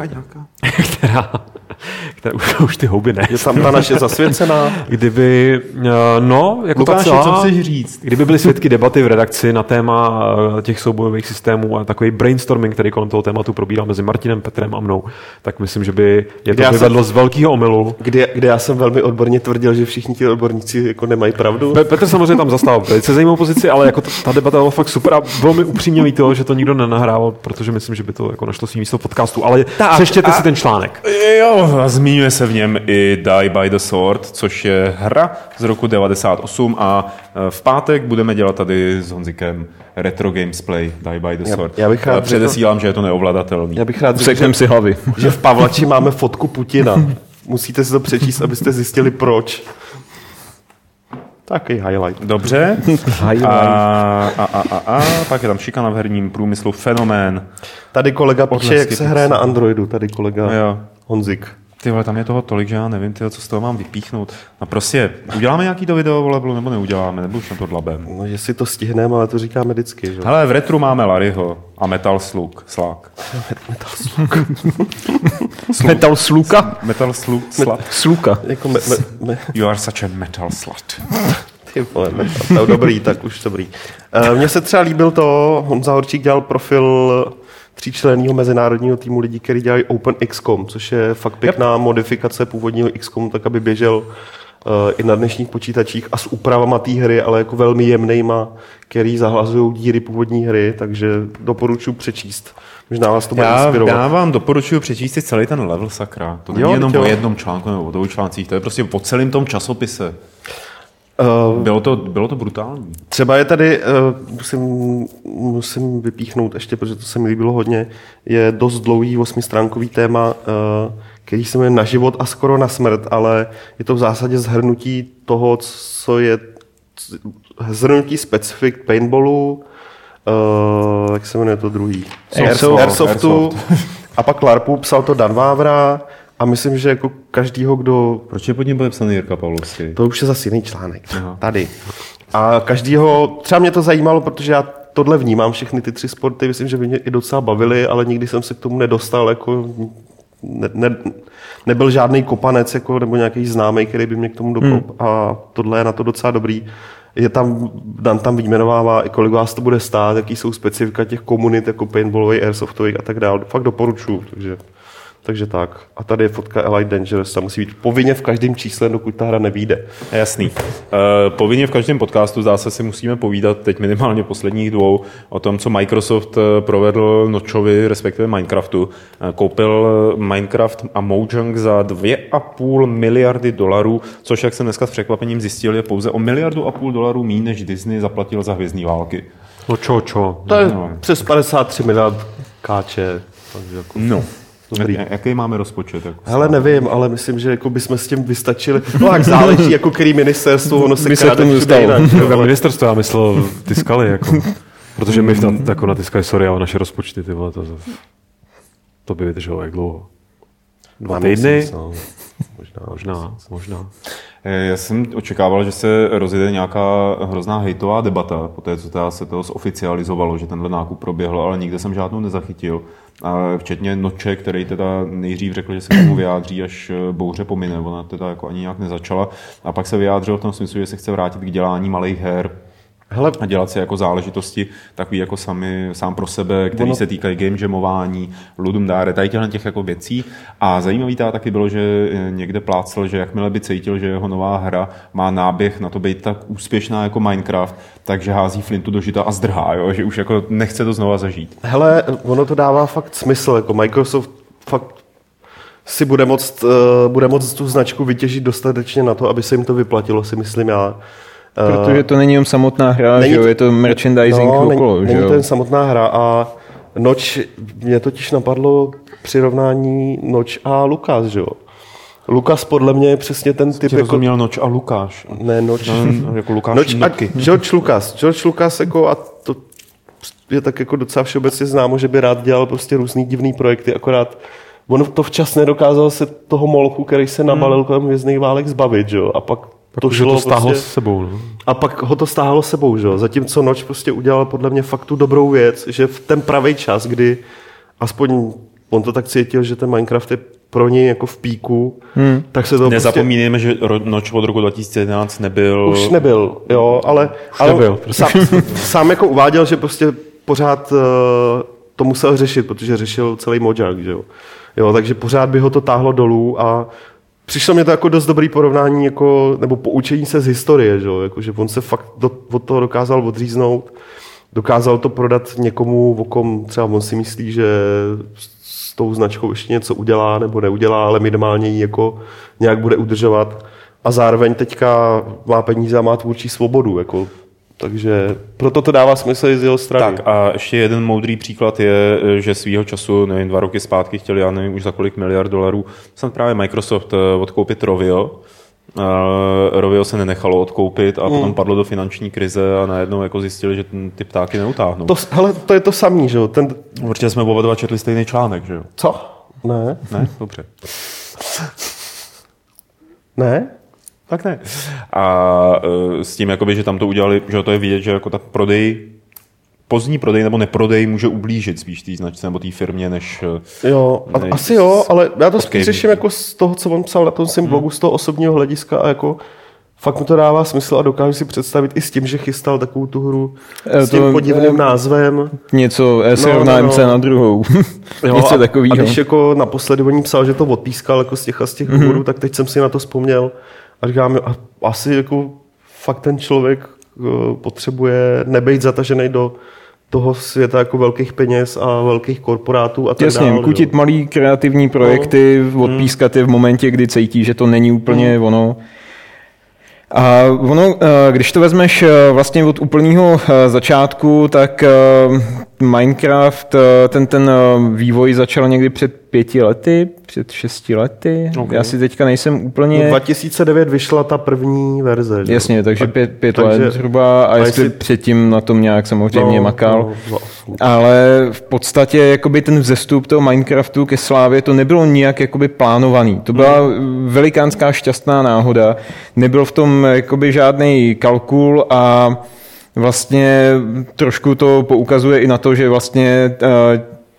která už ty houby ne. Je tam ta naše zasvěcená. Kdyby, jako Lukáši, co chceš říct? Kdyby byly svědky debaty v redakci na téma těch soubojových systémů a takový brainstorming, který kolem toho tématu probíral mezi Martinem, Petrem a mnou, tak myslím, že by je to vyvedlo z velkého omylu. Kde já jsem velmi odborně tvrdil, že všichni ti odborníci jako nemají pravdu. Petr samozřejmě tam zastával velice zajímavou pozici, ale jako ta debata byla fakt super a bylo mi upřímně líto, že to nikdo nenahrával, protože myslím, že by to jako našlo svý místo v podcastu, ale přečtěte si ten článek. Jo, a zmiňuje se v něm i Die by the Sword, což je hra z roku 98 a v pátek budeme dělat tady s Honzikem retro gamesplay Die by the Sword. Já bych rád předesílám, že je to neovladatelný. Já bych rád řekl, si hlavy. Že v Pavlači máme fotku Putina. Musíte si to přečíst, abyste zjistili proč. Takový highlight. Dobře. Pak je tam šikana v herním průmyslu, fenomén. Tady kolega píše, jak se hraje na Androidu. Tady kolega Honzik. Ty vole, tam je toho tolik, že já nevím, co z toho mám vypíchnout. No prostě, uděláme nějaký to video, vole, nebo neuděláme, nebo už na to dlabem. No, jestli to stihneme, ale to říkáme vždycky, že? Hele, v retru máme Larryho a Metal Slug. Metal Sluka? Metal Slug, Slut. Sluka. Jako You are such a metal slut. Ty vole, metal. Dobrý, tak už dobrý. Mně se třeba líbil to, Honza Horčík dělal profil 3členného mezinárodního týmu lidí, kteří dělají OpenXCOM, což je fakt pěkná modifikace původního XCOM, tak aby běžel i na dnešních počítačích a s úpravama té hry, ale jako velmi jemnejma, který zahlazují díry původní hry, takže doporučuji přečíst. Možná vás to bude inspirovat. Já vám doporučuji přečíst si celý ten level, sakra. To není jenom o jednom článku nebo o dvou článcích, to je prostě po celém tom časopise. Bylo to brutální. Třeba je tady, musím vypíchnout ještě, protože to se mi líbilo hodně, je dost dlouhý 8stránkový téma, který se jmenuje Na život a skoro na smrt, ale je to v zásadě shrnutí toho, co je shrnutí specifik paintballu, jak se jmenuje to druhý? Airsoftu. A pak LARPu psal to Dan Vávra. A myslím, že jako každýho, kdo... Proč je pod ním podepsaný Jirka Pavlovský? To už je zase jiný článek. Aha. Tady. A každýho... Třeba mě to zajímalo, protože já tohle vnímám, všechny ty 3 sporty, myslím, že by mě i docela bavily, ale nikdy jsem se k tomu nedostal, jako... Nebyl žádný kopanec, jako, nebo nějaký známý, který by mě k tomu dokop. A tohle je na to docela dobrý. tam vyjmenovává, i kolik vás to bude stát, jaký jsou specifika těch komunit, jako paintballový, airsoftový a tak dále. Fakt doporučuji, takže tak. A tady je fotka Elite Dangerous, ta musí být povinně v každém čísle, dokud ta hra nevyjde. Jasný. Povinně v každém podcastu zdá se si musíme povídat teď minimálně posledních 2 o tom, co Microsoft provedl Notchovi, respektive Minecraftu. Koupil Minecraft a Mojang za $2,5 miliardy, což, jak jsem dneska s překvapením zjistil, je pouze o $1,5 miliardy míň, než Disney zaplatil za Hvězdní války. No čo. To je přes 53 miliard káče. No. Jaký máme rozpočet? Hele, nevím, ale myslím, že jako bychom s tím vystačili. No tak záleží, jako který ministerstvo, ono se kráde všude jinak. Ministerstvo, já myslel ty skaly, jako, protože my jako na ty skaly, sorry, ale naše rozpočty, ty vole, to by vydrželo jak dlouho? 2 týdny? Možná. Já jsem očekával, že se rozjede nějaká hrozná hejtová debata, po té, co se to zoficializovalo, že tenhle nákup proběhl, ale nikde jsem žádnou nezachytil. A včetně Notche, který teda nejdřív řekl, že se k tomu vyjádří, až bouře pomine. Ona teda jako ani nějak nezačala. A pak se vyjádřil v tom smyslu, že se chce vrátit k dělání malých her. Hele, a dělat si jako záležitosti takový jako sám pro sebe, který se týkají game jamování, Ludum Dare, tady těch jako věcí. A zajímavý taky bylo, že někde plácel, že jakmile by cítil, že jeho nová hra má náběh na to být tak úspěšná jako Minecraft, takže hází flintu do žita a zdrhá, jo? Že už jako nechce to znova zažít. Hele, ono to dává fakt smysl, jako Microsoft fakt si bude moct tu značku vytěžit dostatečně na to, aby se jim to vyplatilo, si myslím já. Protože to není jen samotná hra, že jo? Je to merchandising okolo. Není to jen samotná hra a Notch, mě totiž napadlo přirovnání Notch a Lukáš, že jo? Lukáš podle mě je přesně ten typ... Jako rozuměl Notch a Lukáš. Ne, Notch. Jako Lukáš Notch a George Lucas jako a to je tak jako docela všeobecně známo, že by rád dělal prostě různý divný projekty, akorát on to včas nedokázal se toho molochu, který se nabalil kolem Hvězdných válek, zbavit, že jo? A pak to šlo to stáhlo prostě, s sebou. No? A pak ho to stáhlo sebou, že jo? Zatímco Notch prostě udělal podle mě fakt tu dobrou věc, že v ten pravý čas, kdy aspoň on to tak cítil, že ten Minecraft je pro něj jako v píku, tak se to nezapomínejme, že Notch od roku 2011 nebyl... Už nebyl, jo, ale sám jako uváděl, že prostě pořád to musel řešit, protože řešil celý Mojang, že jo. Jo, takže pořád by ho to táhlo dolů a přišlo mě to jako dost dobrý porovnání, jako, nebo poučení se z historie, že jo, jako, že on se fakt od toho dokázal odříznout, dokázal to prodat někomu, o kom třeba on si myslí, že s tou značkou ještě něco udělá nebo neudělá, ale minimálně ji jako nějak bude udržovat a zároveň teďka má peníze a má tvůrčí svobodu, jako. Takže proto to dává smysl z jeho strany. Tak a ještě jeden moudrý příklad je, že svýho času, nevím, 2 roky zpátky chtěli, já nevím už za kolik miliard $, snad právě Microsoft odkoupit Rovio. Rovio se nenechalo odkoupit a potom padlo do finanční krize a najednou jako zjistili, že ty ptáky neutáhnou. To je to samý, že jo? Určitě jsme oba dva četli stejný článek, že jo? Co? Ne? Dobře. Ne? Tak ne. A s tím, jakoby, že tam to udělali, že to je vidět, že jako ta pozdní prodej nebo neprodej může ublížit spíš té značce nebo té firmě, než... Jo, asi jo, ale já to spíš řeším jako z toho, co on psal na tom svém blogu, z toho osobního hlediska a jako fakt mu to dává smysl a dokážu si představit i s tím, že chystal takovou tu hru s tím podivným názvem. Něco, S rovná MC na druhou. Něco takového. A když jako naposledy on psal, že to odpískal jako z těch důvodů, tak teď jsem si na to vzpomněl a říkám, asi jako fakt ten člověk potřebuje nebejt zatažený do toho světa jako velkých peněz a velkých korporátů a tak dále. Jasně, kutit malý kreativní projekty, odpískat je v momentě, kdy cítí, že to není úplně ono. A ono, když to vezmeš vlastně od úplného začátku, tak Minecraft, ten vývoj začal někdy před 5 lety, před 6 lety. Okay. Já si teďka nejsem úplně... 2009 vyšla ta první verze. Že? Jasně, takže 5 let zhruba a jestli předtím na tom nějak samozřejmě makal. Ale v podstatě jakoby ten vzestup toho Minecraftu ke slávě to nebylo nijak jakoby plánovaný. To byla velikánská šťastná náhoda. Nebyl v tom jakoby žádný kalkul a vlastně trošku to poukazuje i na to, že vlastně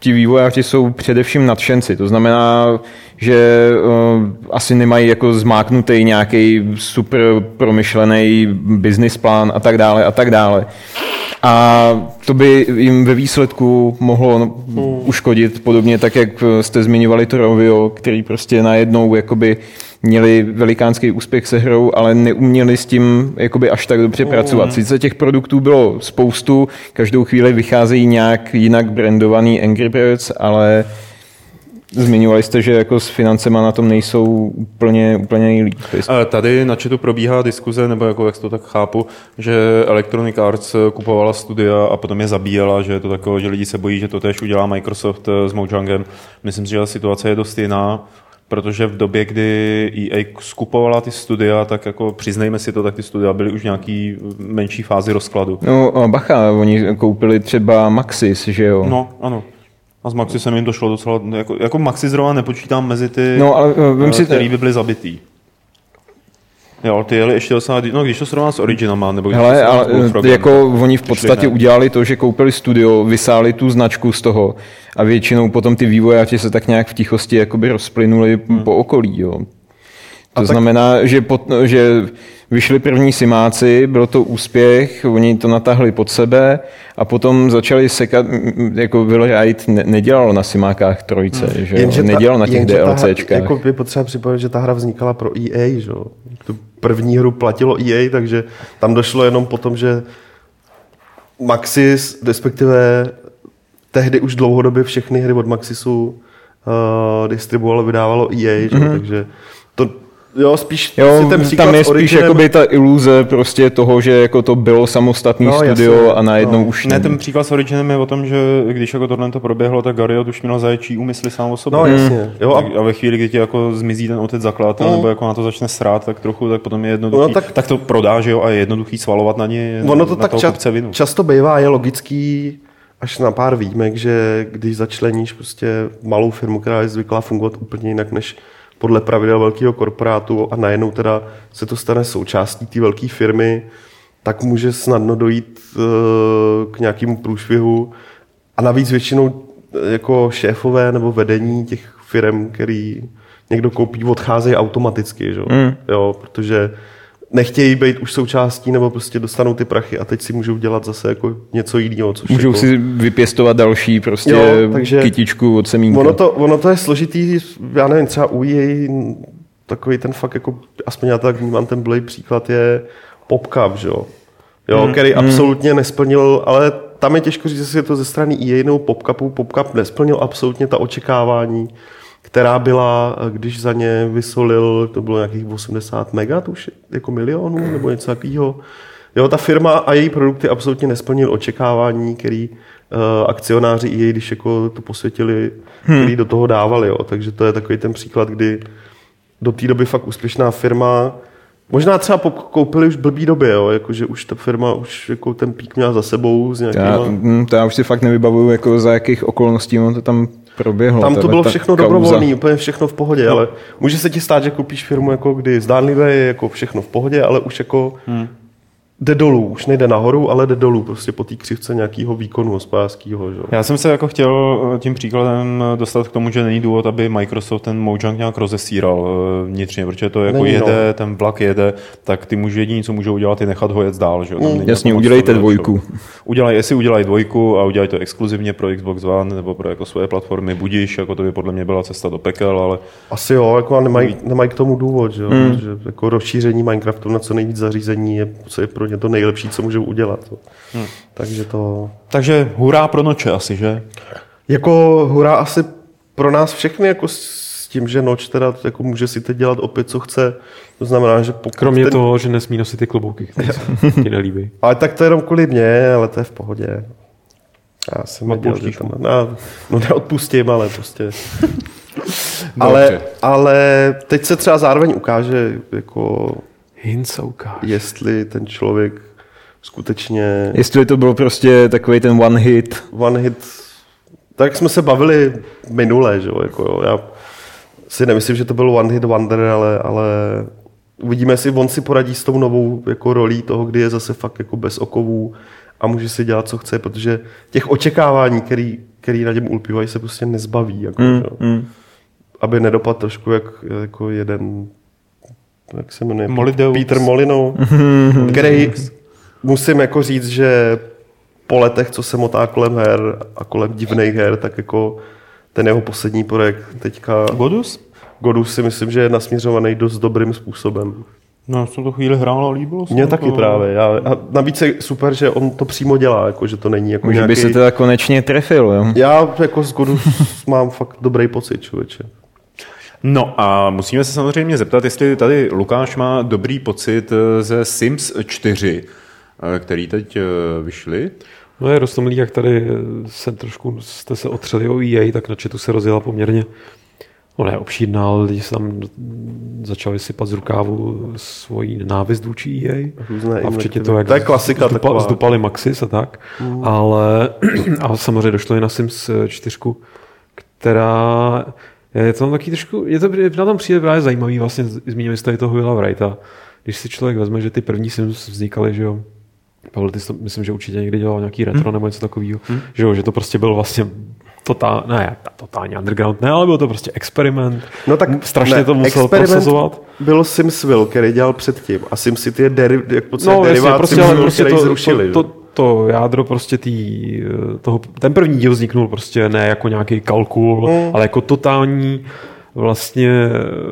ti vývojáři jsou především nadšenci. To znamená, že asi nemají jako zmáknutý nějaký super promyšlený business plán a tak dále a tak dále. A to by jim ve výsledku mohlo uškodit, podobně tak, jak jste zmiňovali to Rovio, který prostě najednou jakoby měli velikánský úspěch se hrou, ale neuměli s tím jakoby až tak dobře pracovat. Sice těch produktů bylo spoustu, každou chvíli vycházejí nějak jinak brandovaný Angry Birds, ale zmiňovali jste, že jako s financema na tom nejsou úplně nejlíp. Tady na chatu probíhá diskuze, nebo jako jak to tak chápu, že Electronic Arts kupovala studia a potom je zabíjela, že je to takové, že lidi se bojí, že to též udělá Microsoft s Mojangem. Myslím si, že ta situace je dost jiná, protože v době, kdy EA skupovala ty studia, tak jako přiznejme si to, tak ty studia byly už v nějaký menší fázi rozkladu. No bacha, oni koupili třeba Maxis, že jo? No, ano. A z Maxisem jim to šlo docela, jako Maxis zrovna nepočítám mezi ty, který by byly zabitý. Jo, ty jeli ještě docela, no když to srovná s Originama, nebo hele, ale jako oni v podstatě udělali to, že koupili studio, vysáli tu značku z toho a většinou potom ty vývojáři se tak nějak v tichosti jakoby rozplynuli po okolí, jo. To znamená, že vyšli první simáci, byl to úspěch, oni to natáhli pod sebe a potom začali sekat, jako Will Wright nedělal na simákách trojce, že jo? Nedělal na těch DLCčkách. Jako by potřeba připomenout, že ta hra vznikala pro EA, že jo? Tu první hru platilo EA, takže tam došlo jenom potom, že Maxis, respektive tehdy už dlouhodobě všechny hry od Maxisu distribuovalo, vydávalo EA, že? Takže to jo, spíš jo, ten příklad tam je spíš jakoby ta iluze prostě toho, že jako to bylo samostatný studio jasně, a najednou už ne. Ten příklad s Originem je o tom, že když jako tohle to proběhlo, tak Garriott už měl zaječí úmysly sám o sobě. No jasně. Jo, a ve chvíli, kdy ti jako zmizí ten otec zakladatel, nebo jako na to začne srát, tak trochu, tak potom je jednoduchý, tak to prodá, že jo, a je jednoduchý svalovat na ně. Ono to tak často bývá, je logický, až na pár výjimek, že když začleníš prostě malou firmu, která je zvyklá fungovat úplně jinak než podle pravidel velkého korporátu a najednou teda se to stane součástí té velké firmy, tak může snadno dojít k nějakému průšvihu. A navíc většinou jako šéfové nebo vedení těch firm, který někdo koupí, odcházejí automaticky, že? Jo, protože nechtějí být už součástí nebo prostě dostanou ty prachy a teď si můžou dělat zase jako něco jiného. Můžou jako si vypěstovat další prostě kytičku od semínka. Ono to je složitý, já nevím, třeba u EA takový ten fakt jako, aspoň já tak vnímám, ten blbý příklad je PopCap, že jo? Který absolutně nesplnil, ale tam je těžko říct, jestli je to ze strany EA nebo PopCapu. PopCap nesplnil absolutně ta očekávání, která byla, když za ně vysolil, to bylo nějakých 80 mega, to už jako milionů nebo něco takového. Jo, ta firma a její produkty absolutně nesplnil očekávání, který akcionáři EA, když jako to posvětili, který do toho dávali. Jo. Takže to je takový ten příklad, kdy do té doby fakt úspěšná firma, možná třeba koupili už v blbý době, jo, jakože už ta firma už jako ten pík měla za sebou s nějakýma... Já už si fakt nevybavuju, jako za jakých okolností on to tam proběhlo. Tam to bylo všechno dobrovolné, úplně všechno v pohodě, ale může se ti stát, že koupíš firmu, jako kdy zdánlivě je jako všechno v pohodě, ale už jako jde dolů, už nejde nahoru, ale jde dolů prostě po té křivce nějakého výkonu hospodářského. Já jsem se jako chtěl tím příkladem dostat k tomu, že není důvod, aby Microsoft ten Mojang nějak rozesíral vnitřně, protože to jako není, jede, ten vlak jede, tak ty jediný, co můžou udělat, je nechat ho jet dál. Že? Jasně, udělejte dvojku. Udělají dvojku a udělají to exkluzivně pro Xbox One nebo pro jako svoje platformy, budíš, jako to by podle mě byla cesta do pekel, ale... Asi jo, jako nemají k tomu důvod, že, že jako rozšíření Minecraftu na co nejvíc zařízení je pro ně to nejlepší, co můžou udělat. Takže hurá pro noče asi, že? Jako hurá asi pro nás všechny, jako s tím, že noč teda jako může si teď dělat opět, co chce. To znamená, že kromě toho, že nesmí nosit ty klobouky, které se ti nelíbí. Ale tak to je jenom kvůli mě, ale to je v pohodě. Já jsem nedělal, že tam... No neodpustím, ale prostě... ale teď se třeba zároveň ukáže, jako... jestli ten člověk skutečně... Jestli to bylo prostě takový ten one hit. Tak jsme se bavili minule, že jo, jako jo. Já si nemyslím, že to byl one hit wonder, ale uvidíme, jestli on si poradí s tou novou jako rolí toho, kdy je zase fakt jako bez okovů a může si dělat, co chce, protože těch očekávání, který který na něm ulpívají, se prostě nezbaví. Jako, aby nedopadl trošku jako jeden, jak se jmenuje, Peter Molyneux, který musím jako říct, že po letech, co se motá kolem her a kolem divných her, tak jako ten jeho poslední projekt teďka... Godus si myslím, že je nasměřovaný dost dobrým způsobem. No, jsem to chvíli hrál a líbilo se. Mně taky právě. A navíc je super, že on to přímo dělá, jako, že to není jako nějaký... Že by se teda konečně trefil, jo? Já jako z Godus mám fakt dobrý pocit, člověče. No a musíme se samozřejmě zeptat, jestli tady Lukáš má dobrý pocit ze Sims 4, který teď vyšly. No je roztomilý, jak tady jste se otřeli o EA, tak na chatu se rozjela poměrně obšírná, ale lidi se tam začali sypat z rukávu svojí nenávist vůči EA. A včetně toho, jak to je klasika zdupali Maxis a tak. Ale samozřejmě došlo i na Sims 4, která je to taky trošku, na tom přijde právě zajímavý, vlastně zmínili jste i toho Willa Wrighta. Když si člověk vezme, že ty první Sims vznikaly, že jo, Pavel, ty myslím, že určitě někdy dělal nějaký retro nebo něco takového, že to prostě byl vlastně totálně underground, ne, ale byl to prostě experiment. No tak strašně to musel prosazovat. Byl Simsville, který dělal předtím a SimCity je derivát Simsville, který zrušili. To jádro prostě ten první díl vzniknul prostě ne jako nějaký kalkul, ale jako totální vlastně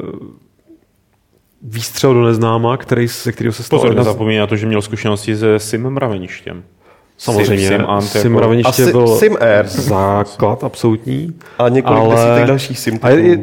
výstřel do neznáma, ze kterého se stalo. Nezapomíná na to, že měl zkušenosti se Sim mraveništěm. Samozřejmě, Sim mraveniště byl Sim základ absolutní. A několik desítek dalších Sim.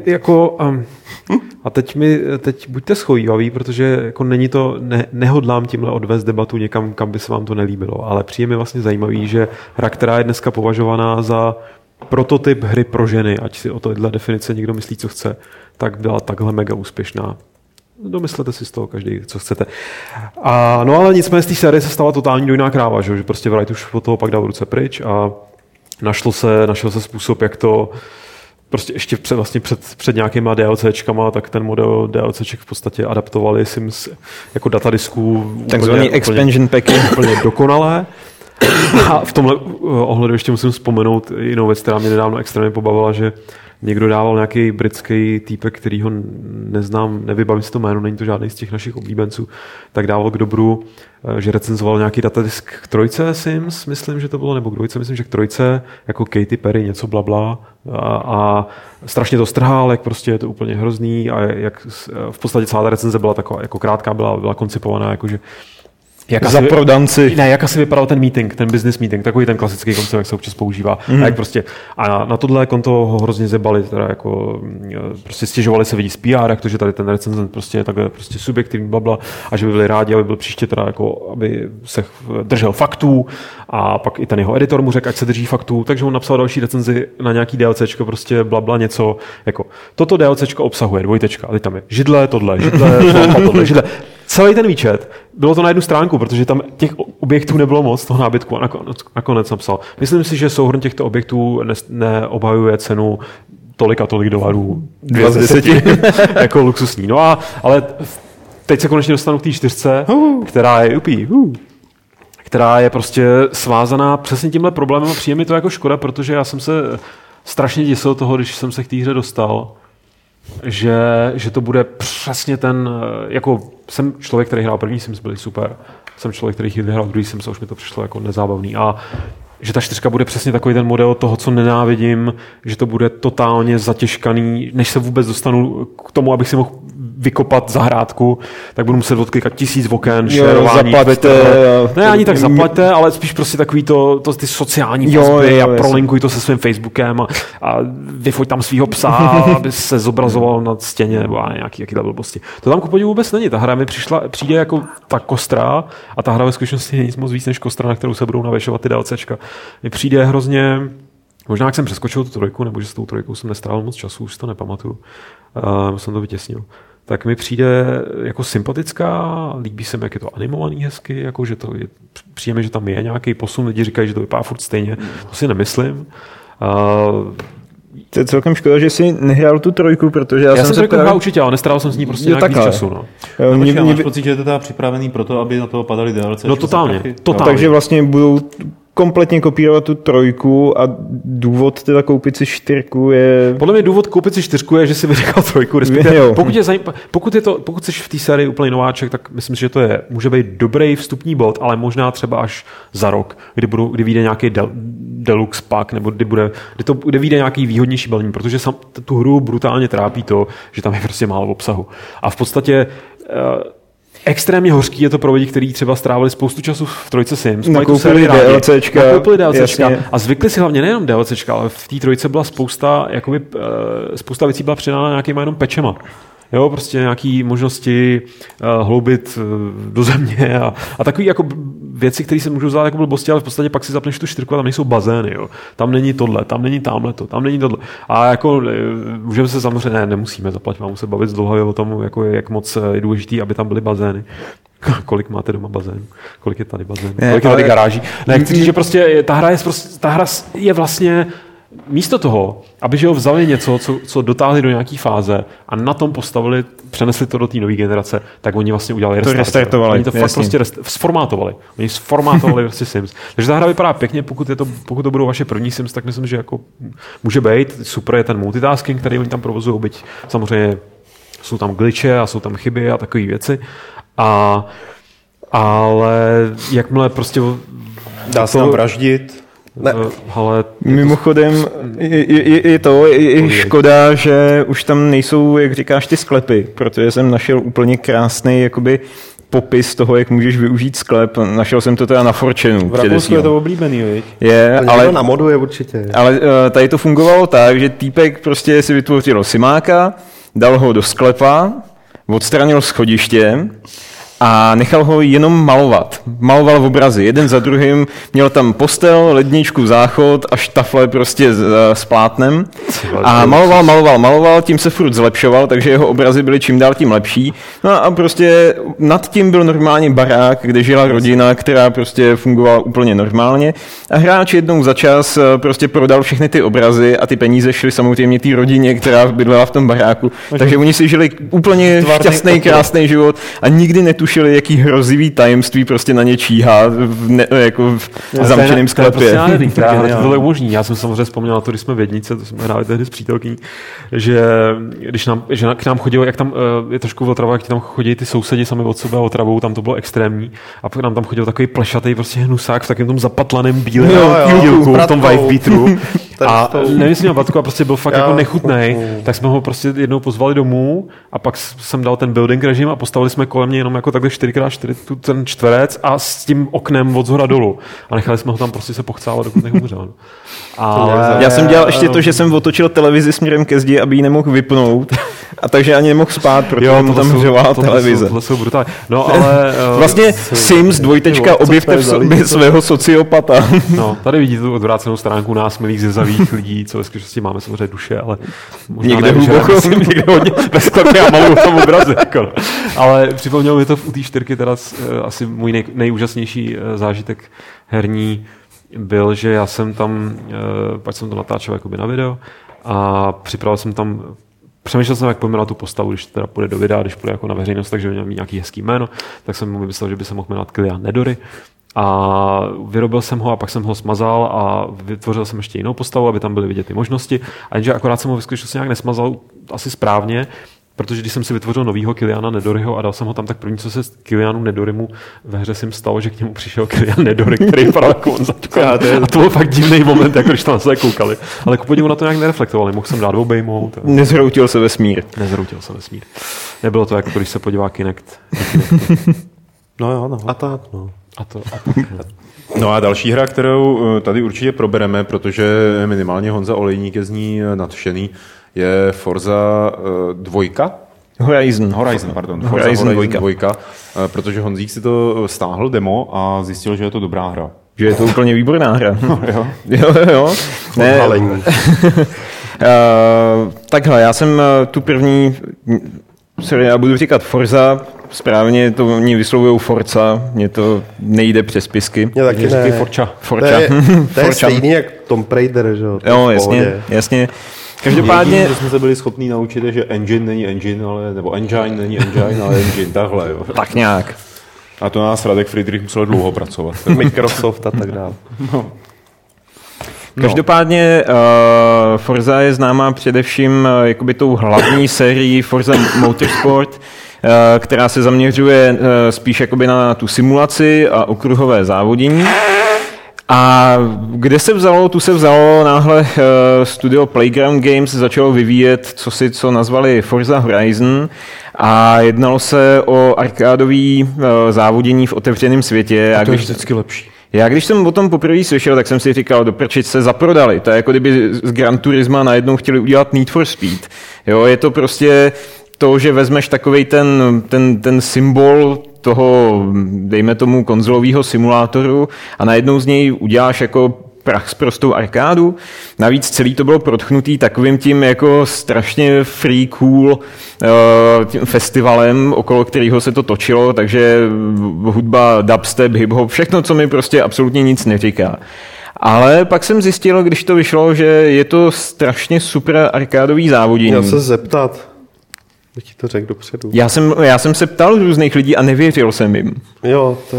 A teď buďte schovývaví, protože jako nehodlám tímhle odvést debatu někam, kam by se vám to nelíbilo, ale přijde mi vlastně zajímavý, že hra, která je dneska považovaná za prototyp hry pro ženy, ať si o tohle definice někdo myslí, co chce, tak byla takhle mega úspěšná. Domyslete si z toho každý, co chcete. No ale nicméně z té série se stala totální dojná kráva, že prostě Wright už od toho pak dal ruce pryč a našel se způsob, jak to prostě ještě před nějakýma DLCčkama, tak ten model DLCček v podstatě adaptovali Sims jako datadisků. Takzvaný expansion packy. Úplně dokonalé. A v tomhle ohledu ještě musím vzpomenout jinou věc, která mě nedávno extrémně pobavila, že někdo dával nějaký britský týpek, který ho neznám, nevybavím si to jméno, není to žádný z těch našich oblíbenců, tak dával k dobru, že recenzoval nějaký datadisk k trojce Sims, myslím, že to bylo, nebo k dvojce, myslím, že k trojce, jako Katy Perry, něco blabla a strašně to strhal, jak prostě je to úplně hrozný a jak v podstatě celá ta recenze byla taková, jako krátká, byla koncipovaná, jakože jak asi vypadal ten meeting, ten business meeting, takový ten klasický koncept, jak se občas používá. A jak prostě a na tohle konto ho hrozně zebali, teda jako prostě stěžovali se lidi z PR, jak to, že tady ten recenzent prostě je takhle prostě subjektivní blabla a že by byli rádi, aby byl příště teda jako, aby se držel faktů a pak i ten jeho editor mu řekl, ať se drží faktů, takže on napsal další recenzi na nějaký DLCčko, prostě blabla něco, jako toto DLCčko obsahuje dvojtečka, a teď tam je židle, tohle, židle. Celý ten výčet, bylo to na jednu stránku, protože tam těch objektů nebylo moc, toho nábytku a nakonec napsal. Myslím si, že souhrn těchto objektů neobhajuje cenu tolik a tolik dolarů. 2 z 10. Jako luxusní. No ale teď se konečně dostanu k té 4, která je která je prostě svázaná přesně tímhle problémem a přijde mi to jako škoda, protože já jsem se strašně děsil toho, když jsem se k té hře dostal, že to bude přesně ten, jako jsem člověk, který hrál první Sims, byli super, jsem člověk, který hrál druhý Sims a už mi to přišlo jako nezábavný a že ta 4 bude přesně takový ten model toho, co nenávidím, že to bude totálně zatěžkaný, než se vůbec dostanu k tomu, abych si mohl vykopat zahrádku, tak budu muset odklikat 1000 oken, šerování. Ne, ani tak zaplaťte, ale spíš prostě takový ty sociální vazby a prolinkuj to se svým Facebookem a vyfoť tam svýho psa, aby se zobrazoval na stěně nebo nějaký blbosti. To tam ku podivu vůbec není. Ta hra mi přijde jako ta kostra a ta hra ve skutečnosti není nic moc víc než kostra, na kterou se budou navěšovat ty DLCčka. Mi přijde hrozně, možná jak jsem přeskočil tu trojku, nebo že s tou trojkou jsem nestrávil moc času, už to nepamatuju. Jsem to vytěsnil. Tak mi přijde jako sympatická, líbí se mi, jak je to animovaný hezky, jako že to je, přijde mi, že tam je nějaký posun, lidi říkají, že to vypadá furt stejně, to si nemyslím. To je celkem škoda, že jsi nehrál tu trojku, protože já jsem trojku hrál určitě, ale nestrávil jsem s ní prostě nějaký času. No. Máš pocit, že je to teda připravený pro to, aby na toho padaly DLC? No totálně. Takže vlastně budou kompletně kopírovat tu 3 a důvod teda koupit si 4 je... Podle mě důvod koupit si 4 je, že si vynechal 3, pokud jsi v té sérii úplný nováček, tak myslím si, že to může být dobrý vstupní bod, ale možná třeba až za rok, kdy vyjde nějaký deluxe pack, nebo kdy vyjde nějaký výhodnější balení, protože tu hru brutálně trápí to, že tam je prostě málo obsahu. A v podstatě extrémně hořký je to pro lidi, kteří třeba strávili spoustu času v 3 Sims. Nakoupili DLCčka. A zvykli si hlavně nejenom DLCčka, ale v té 3 byla spousta věcí byla přidána nějakýma jenom pečema. Jo, prostě nějaký možnosti hloubit do země a takový jako věci, které se můžou zdát jako blbosti, ale v podstatě pak si zapneš tu 4 a tam nejsou bazény, jo. Tam není tohle, tam není tamhleto, tam není tohle. A jako můžeme se samozřejmě, nemusíme zaplatit, máme se bavit zdlouhavě o tom, jako jak moc je důležitý, aby tam byly bazény. Kolik máte doma bazénů? Kolik je tady bazénů? Kolik je tady garáží? Ne, chci říct, že prostě ta hra je vlastně místo toho, aby že ho vzali něco, co dotáhli do nějaký fáze a na tom postavili, přenesli to do té nové generace, tak oni vlastně udělali restartovali. Oni to fakt prostě sformátovali. Oni sformátovali prostě Sims. Takže ta hra vypadá pěkně, pokud to budou vaše první Sims, tak myslím, že jako může být. Super je ten multitasking, který oni tam provozují, byť samozřejmě jsou tam glitche a jsou tam chyby a takové věci. Ale jakmile prostě dá se tam vraždit. Ne. Mimochodem je škoda, že už tam nejsou, jak říkáš, ty sklepy, protože jsem našel úplně krásný jakoby popis toho, jak můžeš využít sklep. Našel jsem to teda na 4chanu. V Rakousku je to oblíbený, viď? Je, ale na modu je určitě. Ale tady to fungovalo tak, že týpek prostě si vytvořil simáka, dal ho do sklepa, odstranil schodiště a nechal ho jenom malovat. Maloval obrazy, jeden za druhým, měl tam postel, ledničku, záchod a štafle prostě s plátnem. A maloval, tím se furt zlepšoval, takže jeho obrazy byly čím dál tím lepší. No a prostě nad tím byl normálně barák, kde žila rodina, která prostě fungovala úplně normálně. A hráč jednou za čas prostě prodal všechny ty obrazy a ty peníze šly samozřejmě té rodině, která bydlela v tom baráku. Takže oni si žili úplně šťastný, krásný život a nikdy netušili, jaký hrozivý tajemství prostě na ně číhá v zamčeném sklepě. To bylo umožní. Já jsem samozřejmě vzpomněl na to, když jsme v Jednice, to jsme hráli tehdy s přítelkyní, že k nám chodilo, jak tam je trošku otrava, jak tam chodí ty sousedi sami od sebe otravou, tam to bylo extrémní. A pak nám tam chodil takový plešatý prostě hnusák v takovém tom zapatlaném bílém dílku, v tom wife beateru. A nevím, jestli měl Batku a prostě byl fakt jako nechutnej, tak jsme ho prostě jednou pozvali domů a pak jsem dal ten building režim a postavili jsme kolem něj jenom jako takhle 4x4 ten čtverec a s tím oknem od zhora dolů. A nechali jsme ho tam prostě se pochcávat, dokud neumřel. Ale já jsem dělal ještě to, že jsem otočil televizi směrem ke zdi, aby ji nemohl vypnout. A takže ani nemohl spát, protože to tam hřevala televize. To jsou brutální. No, ale vlastně Sims 2. objevte v sobě svého sociopata. No, tady vidíte tu odvrácenou stránku nás, milých zezavých lidí, co ve skutečnosti máme samozřejmě duše, ale možná někde hluboko. Někde hodně ve sklepě a maluju v tom obraze. Jako. Ale připomněl mi to u té 4 teda asi můj nejúžasnější zážitek herní byl, že já jsem tam, pak jsem to natáčel jakoby na video a připravil jsem tam, přemýšlel jsem, jak pojmenovat tu postavu, když teda půjde do videa, když půjde jako na veřejnost, takže měl mít nějaký hezký jméno, tak jsem mu myslel, že by se mohl jmenovat Kylian Nedory. A vyrobil jsem ho a pak jsem ho smazal a vytvořil jsem ještě jinou postavu, aby tam byly vidět ty možnosti. A jenže akorát jsem ho vyskutečně nějak nesmazal asi správně, protože když jsem si vytvořil novýho Kyliana Nedoryho a dal jsem ho tam, tak první, co se Kylianu Nedorymu ve hře Sims stalo, že k němu přišel Kylian Nedory, který vypadal jako on začal. A to byl fakt divný moment, jako když tam se koukali. Ale ku podivu na to nějak nereflektovali. Mohl jsem dát obejmout. Nezhroutil se vesmír. Nebylo to jako když se podívá Kinect. No jo, no. A tak. No a další hra, kterou tady určitě probereme, protože minimálně Honza Olejník je z ní nadšený, je Forza 2. Horizon 2. Protože Honzík si to stáhl demo a zjistil, že je to dobrá hra. Že je to úplně výborná hra. No, jo. Jo. Ne. Takhle, já jsem tu první, já budu říkat Forza, správně to oni vyslovují Forza, mně to nejde přes pisky. Mě taky ne. Forza. To je stejný jak Tomb Raider, že jo? Jo, jasně. Každopádně... Jediný, že jsme se byli schopni naučit, že engine není engine, nebo engine není engine, ale engine, takhle, jo. Tak nějak. A to nás Radek Friedrich musel dlouho pracovat. Microsoft a tak dále. No. Každopádně Forza je známá především jakoby tou hlavní sérií Forza Motorsport, která se zaměřuje spíš jakoby na tu simulaci a okruhové závodění. A kde se vzalo? Tu se vzalo náhle studio Playground Games, začalo vyvíjet co nazvali Forza Horizon a jednalo se o arkádový závodění v otevřeném světě. A to je vždycky lepší. Já když jsem o tom poprvé slyšel, tak jsem si říkal, doprčit se zaprodali. To je jako kdyby z Gran Turisma najednou chtěli udělat Need for Speed. Jo, je to prostě to, že vezmeš takovej ten symbol toho, dejme tomu, konzolového simulátoru a najednou z něj uděláš jako prach s prostou arkádu. Navíc celý to bylo protchnutý takovým tím jako strašně free cool tím festivalem, okolo kterého se to točilo, takže hudba, dubstep, hip-hop, všechno, co mi prostě absolutně nic neříká. Ale pak jsem zjistil, když to vyšlo, že je to strašně super arkádový závodění. Měl se zeptat. Bych ti to řekl dopředu. Já jsem se ptal různých lidí a nevěřil jsem jim. Jo, to je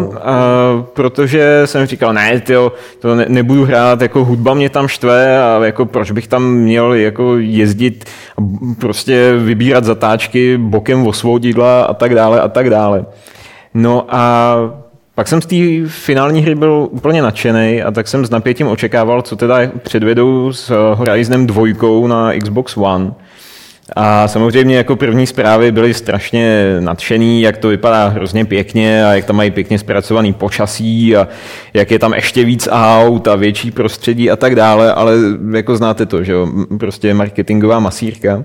protože jsem říkal, ne, tyjo, to nebudu hrát, jako hudba mě tam štve a jako proč bych tam měl jako jezdit a prostě vybírat zatáčky bokem osvoudidla a tak dále a tak dále. No a pak jsem z té finální hry byl úplně nadšenej a tak jsem s napětím očekával, co teda předvedou s Horizonem 2 na Xbox One. A samozřejmě jako první zprávy byly strašně nadšený, jak to vypadá hrozně pěkně a jak tam mají pěkně zpracovaný počasí a jak je tam ještě víc aut a větší prostředí a tak dále, ale jako znáte to, že jo, prostě marketingová masírka.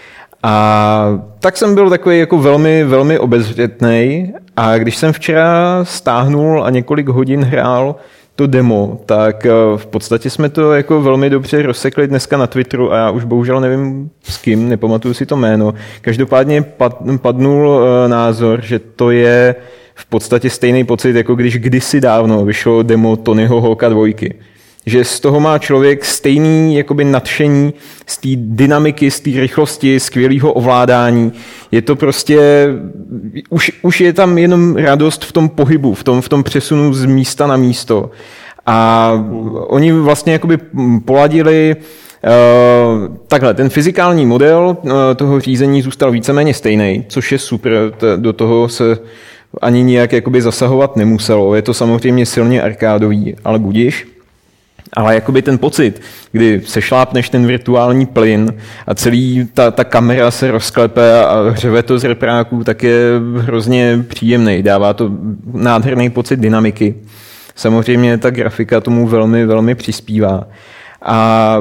A tak jsem byl takový jako velmi, velmi obezřetnej a když jsem včera stáhnul a několik hodin hrál to demo, tak v podstatě jsme to jako velmi dobře rozsekli dneska na Twitteru a já už bohužel nevím s kým, nepamatuju si to jméno. Každopádně padnul názor, že to je v podstatě stejný pocit, jako když kdysi dávno vyšlo demo Tonyho Hawka 2. Že z toho má člověk stejný jakoby nadšení z té dynamiky, z té rychlosti, skvělého ovládání. Je to prostě, už je tam jenom radost v tom pohybu, v tom přesunu z místa na místo. A oni vlastně jakoby poladili takhle, ten fyzikální model toho řízení zůstal víceméně stejný, což je super, do toho se ani nijak jakoby zasahovat nemuselo. Je to samozřejmě silně arkádový, ale budiš. Ale jakoby ten pocit, kdy sešlápneš ten virtuální plyn a celý ta kamera se rozklepe a hřeve to z repráků, tak je hrozně příjemný. Dává to nádherný pocit dynamiky. Samozřejmě ta grafika tomu velmi, velmi přispívá. A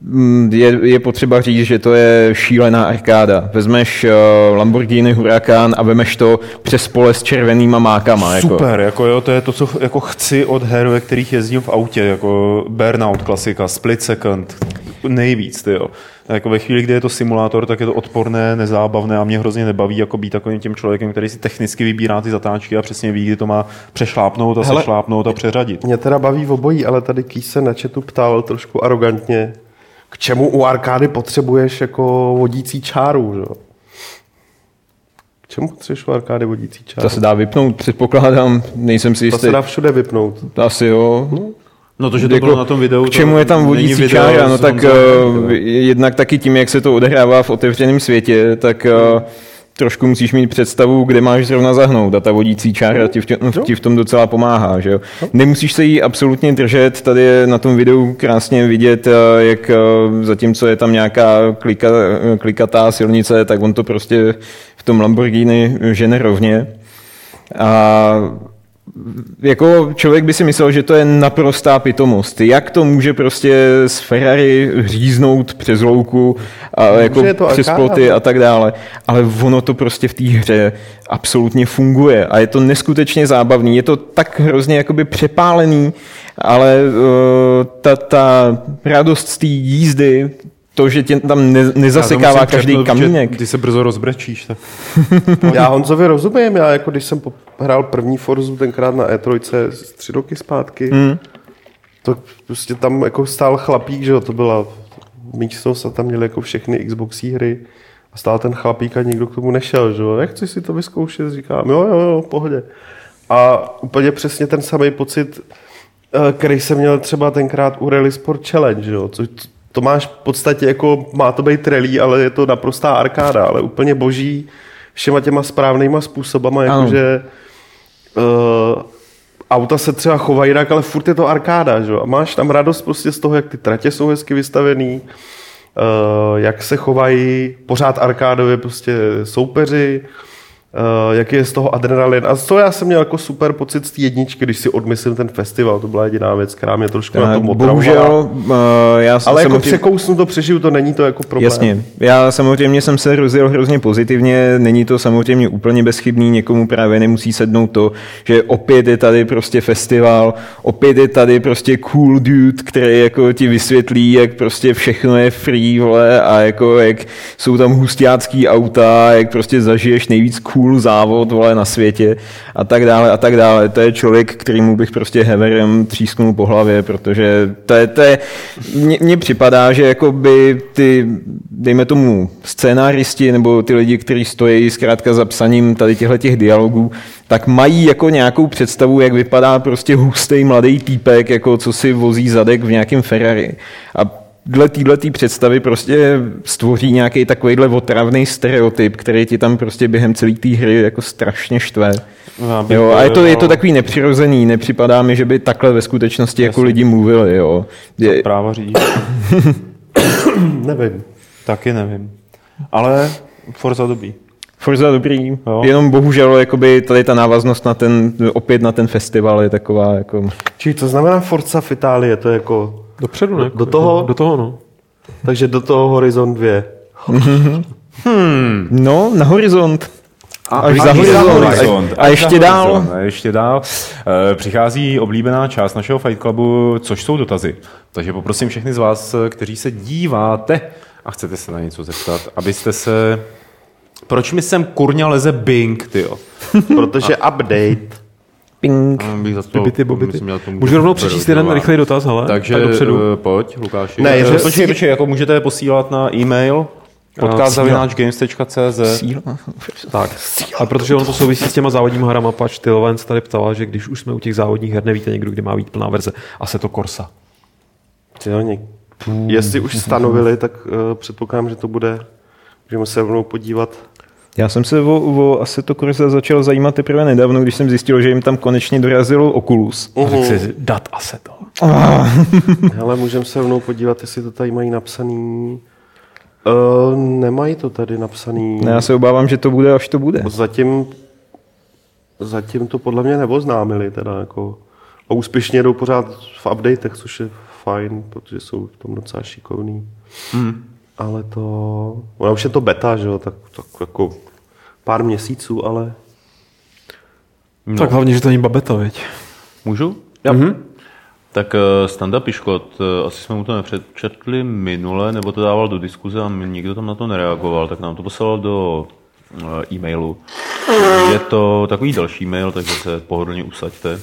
je potřeba říct, že to je šílená arkáda. Vezmeš Lamborghini Huracan a vemeš to přes pole s červenýma mákama. Super, jako jo, to je to, co jako chci od her, ve kterých jezdím v autě, jako Burnout klasika, Split Second, nejvíc, tyjo. Jako ve chvíli, kdy je to simulátor, tak je to odporné, nezábavné a mě hrozně nebaví jako být takovým tím člověkem, který si technicky vybírá ty zatáčky a přesně ví, kdy to má přešlápnout a sešlápnout a přeřadit. Mě teda baví obojí, ale tady Kýs se na chatu ptal trošku arrogantně, k čemu u arkády potřebuješ jako vodící čáru, že? K čemu potřebuješ u arkády vodící čáru? To se dá vypnout, předpokládám, nejsem si jistý. To se dá všude vypnout. Asi jo. No to, že to jako, bylo na tom videu. K čemu je tam vodící čára? No tak jednak taky tím, jak se to odehrává v otevřeném světě, tak trošku musíš mít představu, kde máš zrovna zahnout a ta vodící čára ti v tom docela pomáhá. Že jo? Nemusíš se jí absolutně držet, tady je na tom videu krásně vidět, jak zatímco je tam nějaká klikatá silnice, tak on to prostě v tom Lamborghini žene rovně. A jako člověk by si myslel, že to je naprostá pitomost. Jak to může prostě z Ferrari říznout přes louku a jako přes ploty a tak dále. Ale ono to prostě v té hře absolutně funguje a je to neskutečně zábavný. Je to tak hrozně jakoby přepálený, ale ta radost z té jízdy, to, že tě tam nezasekává každý kamínek. Ty se brzo rozbrečíš. Tak. Já Honzovi rozumím, já jako když jsem hrál první Forzu tenkrát na E3 3 roky zpátky, to prostě tam jako stál chlapík, že jo, to byla místnost a tam měli jako všechny Xboxí hry a stál ten chlapík a nikdo k tomu nešel, že jo, nechci si to vyzkoušet, říkám, jo, pohodě. A úplně přesně ten samý pocit, který jsem měl třeba tenkrát u Rally Sport Challenge, že jo, to máš v podstatě jako, má to být rally, ale je to naprostá arkáda, ale úplně boží všema těma správnýma způsobama, jakože auta se třeba chovají jinak, ale furt je to arkáda, že jo, a máš tam radost prostě z toho, jak ty tratě jsou hezky vystavený, jak se chovají pořád arkádově prostě soupeři, jaký je z toho adrenalin. A to já jsem měl jako super pocit z té jedničky, když si odmyslím ten festival, to byla jediná věc, která mě trošku na tom otravovala. Ale jako překousnu to, přežiju to, není to jako problém. Jasně, já samozřejmě jsem se rozjel hrozně pozitivně, není to samozřejmě úplně bezchybný, někomu právě nemusí sednout to, že opět je tady prostě festival, opět je tady prostě cool dude, který jako ti vysvětlí, jak prostě všechno je free, vole, a jako jak jsou tam hustiácký auta, jak prostě zažiješ nejvíc cool závod, vole, na světě a tak dále a tak dále. To je člověk, kterýmu bych prostě heverem třísknul po hlavě, protože to je mně připadá, že jako by ty, dejme tomu, scénáristi nebo ty lidi, kteří stojí zkrátka za psaním tady těchto dialogů, tak mají jako nějakou představu, jak vypadá prostě hustý mladý týpek, jako co si vozí zadek v nějakém Ferrari. A dle této představy prostě stvoří nějaký takovejhle otravný stereotyp, který ti tam prostě během celé té hry jako strašně štve. Jo, a je to takový nepřirozený, nepřipadá mi, že by takhle ve skutečnosti jako lidi mluvili. Jo. Co práva řídí? Nevím. Taky nevím. Ale Forza dobrý. Forza dobrý, jo. Jenom bohužel jakoby tady ta návaznost na opět na ten festival je taková jako... Čili to znamená Forza v Itálii, to je jako... Dopředu, ne? Do toho, no. Takže do toho Horizon 2. No, na Horizont. Až za Horizont. A ještě dál. Ještě dál. Přichází oblíbená část našeho Fight Clubu, což jsou dotazy. Takže poprosím všechny z vás, kteří se díváte a chcete se na něco zeptat, abyste se... Proč mi sem kurňa leze Bing, tyjo? Protože update. Ping. Bibity. Můžu rovnou přečíst jeden rychlej dotaz, hele? Takže pojď, Lukáši. Ne, počkej, jako můžete posílat na e-mail podcast@games.cz. Tak, a protože ono to souvisí s těma závodníma hrama, pač Tyloven se tady ptala, že když už jsme u těch závodních her, nevíte někdo, kdy má být plná verze. Assetto Corsa. Jestli už stanovili, tak předpokládám, že to bude, můžeme se rovnou podívat. Já jsem se o Assetto Corsa začal zajímat teprve nedávno, když jsem zjistil, že jim tam konečně dorazil Oculus. Tak si dat Assetto. Hele, můžeme se rovnou podívat, jestli to tady mají napsaný. Nemají to tady napsaný. Já se obávám, že to bude, až to bude. Zatím to podle mě neoznámili. Teda jako. A úspěšně jdou pořád v updatech, což je fajn, protože jsou v tom docela šikovný. Ale to... Ona už je to beta, že jo, tak jako pár měsíců, ale... No. Tak hlavně, že to není beta, veď. Můžu? Ja. Tak Standa Piškot, asi jsme mu to nepřečetli minule, nebo to dával do diskuze a nikdo tam na to nereagoval, tak nám to poslal do e-mailu. Je to takový další mail, takže se pohodlně usaďte.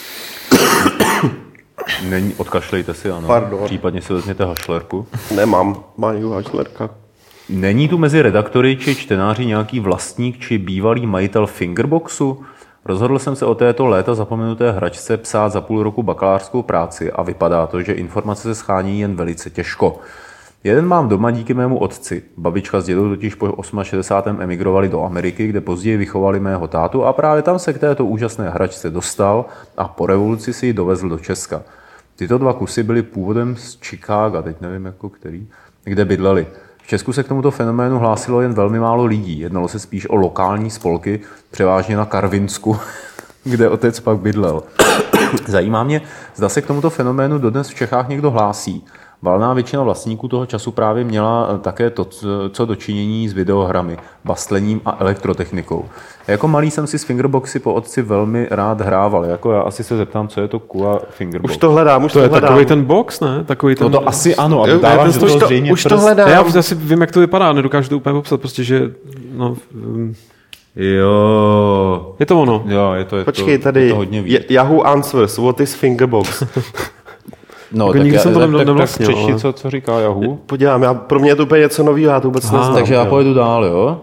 Odkašlejte si, ano. Pardon. Případně si vezměte hašlerku. Nemám, mají hašlerka. Není tu mezi redaktory či čtenáři nějaký vlastník či bývalý majitel Fingerboxu? Rozhodl jsem se o této léta zapomenuté hračce psát za půl roku bakalářskou práci a vypadá to, že informace se schání jen velice těžko. Jeden mám doma díky mému otci. Babička s dědou totiž po 68. emigrovali do Ameriky, kde později vychovali mého tátu a právě tam se k této úžasné hračce dostal a po revoluci si ji dovezl do Česka. Tyto dva kusy byly původem z Chicaga, teď nevím jako který, kde bydleli. V Česku se k tomuto fenoménu hlásilo jen velmi málo lidí. Jednalo se spíš o lokální spolky, převážně na Karvinsku, kde otec pak bydlel. Zajímá mě, zda se k tomuto fenoménu dodnes v Čechách někdo hlásí. Valná většina vlastníků toho času právě měla také to, co dočinění s videohrami, bastlením a elektrotechnikou. Jako malý jsem si s Fingerboxy po otci velmi rád hrával. Jako já asi se zeptám, co je to Kua Fingerbox. Už to hledám, to je takový ten box, ne? Takový ten... No to asi ano, ale dávám, že to zřejmě už to hledám. Já asi vím, jak to vypadá, nedokážu to úplně popsat, prostě, že... No, jo. Je to ono. Jo, Počkej, tady je to hodně víc. Yahoo Answers, what is Fingerbox? No, jako tak nikdy jsem to nevlastnil. Tak přečti, co říká Yahoo. Podívám, pro mě je to úplně něco nového, já to vůbec neznám. Takže já pojedu dál, jo?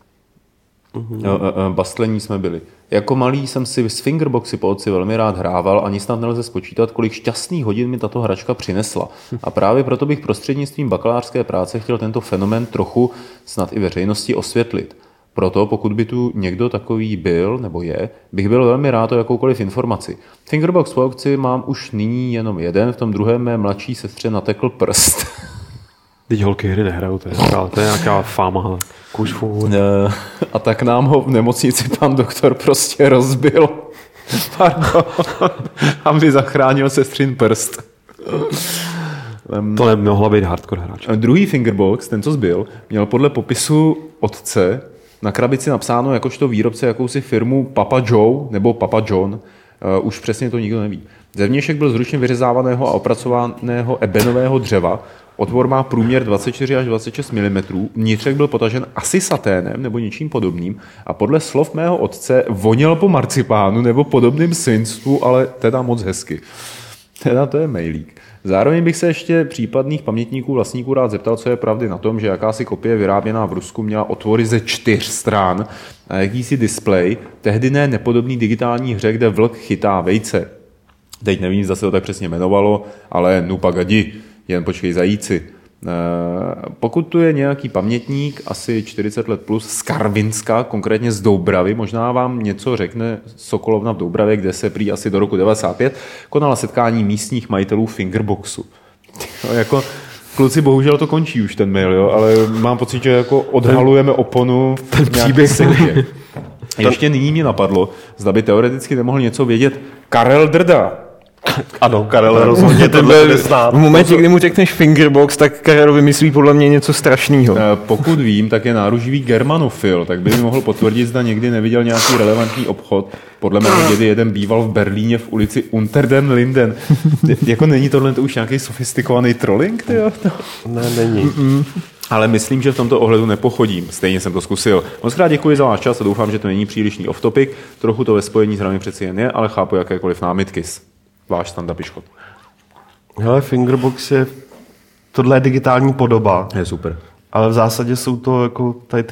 Bastlení jsme byli. Jako malý jsem si s Fingerboxy po otci velmi rád hrával, ani snad nelze spočítat, kolik šťastných hodin mi tato hračka přinesla. A právě proto bych prostřednictvím bakalářské práce chtěl tento fenomén trochu snad i veřejnosti osvětlit. Proto, pokud by tu někdo takový byl, nebo je, bych byl velmi rád o jakoukoliv informaci. Fingerbox po aukci mám už nyní jenom jeden, v tom druhém mé mladší sestře natekl prst. Teď holky hry nehrajou, to je nějaká fáma. A tak nám ho v nemocnici pan doktor prostě rozbil. Pardon. Aby zachránil sestřin prst. To nemohla být hardcore hráč. Druhý Fingerbox, ten co zbyl, měl podle popisu otce na krabici napsáno jakožto výrobce jakousi firmu Papa Joe nebo Papa John. Už přesně to nikdo neví. Zevnějšek byl z ručně vyřezávaného a opracovaného ebenového dřeva. Otvor má průměr 24 až 26 mm. Vnitřek byl potažen asi saténem nebo něčím podobným a podle slov mého otce voněl po marcipánu nebo podobným svinstvu, ale teda moc hezky. Teda to je mailík. Zároveň bych se ještě případných pamětníků vlastníků rád zeptal, co je pravdy na tom, že jakási kopie vyráběná v Rusku měla otvory ze 4 stran a jakýsi displej, tehdy ne nepodobný digitální hře, kde vlk chytá vejce. Teď nevím, zda se to tak přesně jmenovalo, ale nu pagadi, jen počkej zajíci. Pokud tu je nějaký pamětník, asi 40 let plus, z Karvinska, konkrétně z Doubravy, možná vám něco řekne Sokolovna v Doubravě, kde se prý asi do roku 95 konala setkání místních majitelů Fingerboxu. Jako, kluci, bohužel to končí už ten mail, jo, ale mám pocit, že jako odhalujeme oponu ten příběh. Ještě nyní mě napadlo, zda by teoreticky nemohl něco vědět Karel Drda. Ano, Karel rozhodně tohle znát. V momentě, kdy mu řekneš Fingerbox, tak Karel vymyslí podle mě něco strašného. Pokud vím, tak je náruživý germanofil, tak by mi mohl potvrdit, zda někdy neviděl nějaký relevantní obchod. Podle mého dědy jeden býval v Berlíně v ulici Unter den Linden. Jako není tohle už nějaký sofistikovaný trolling? Ne, není. Ale myslím, že v tomto ohledu nepochodím. Stejně jsem to zkusil. Moc krát děkuji za váš čas a doufám, že to není přílišný off-topic. Trochu to ve spojení s hrami přeci jen je, ale chápu jakékoliv námitky. Váš Standa Piškot. Hele, Fingerbox je... Tohle je digitální podoba. Je super. Ale v zásadě jsou to jako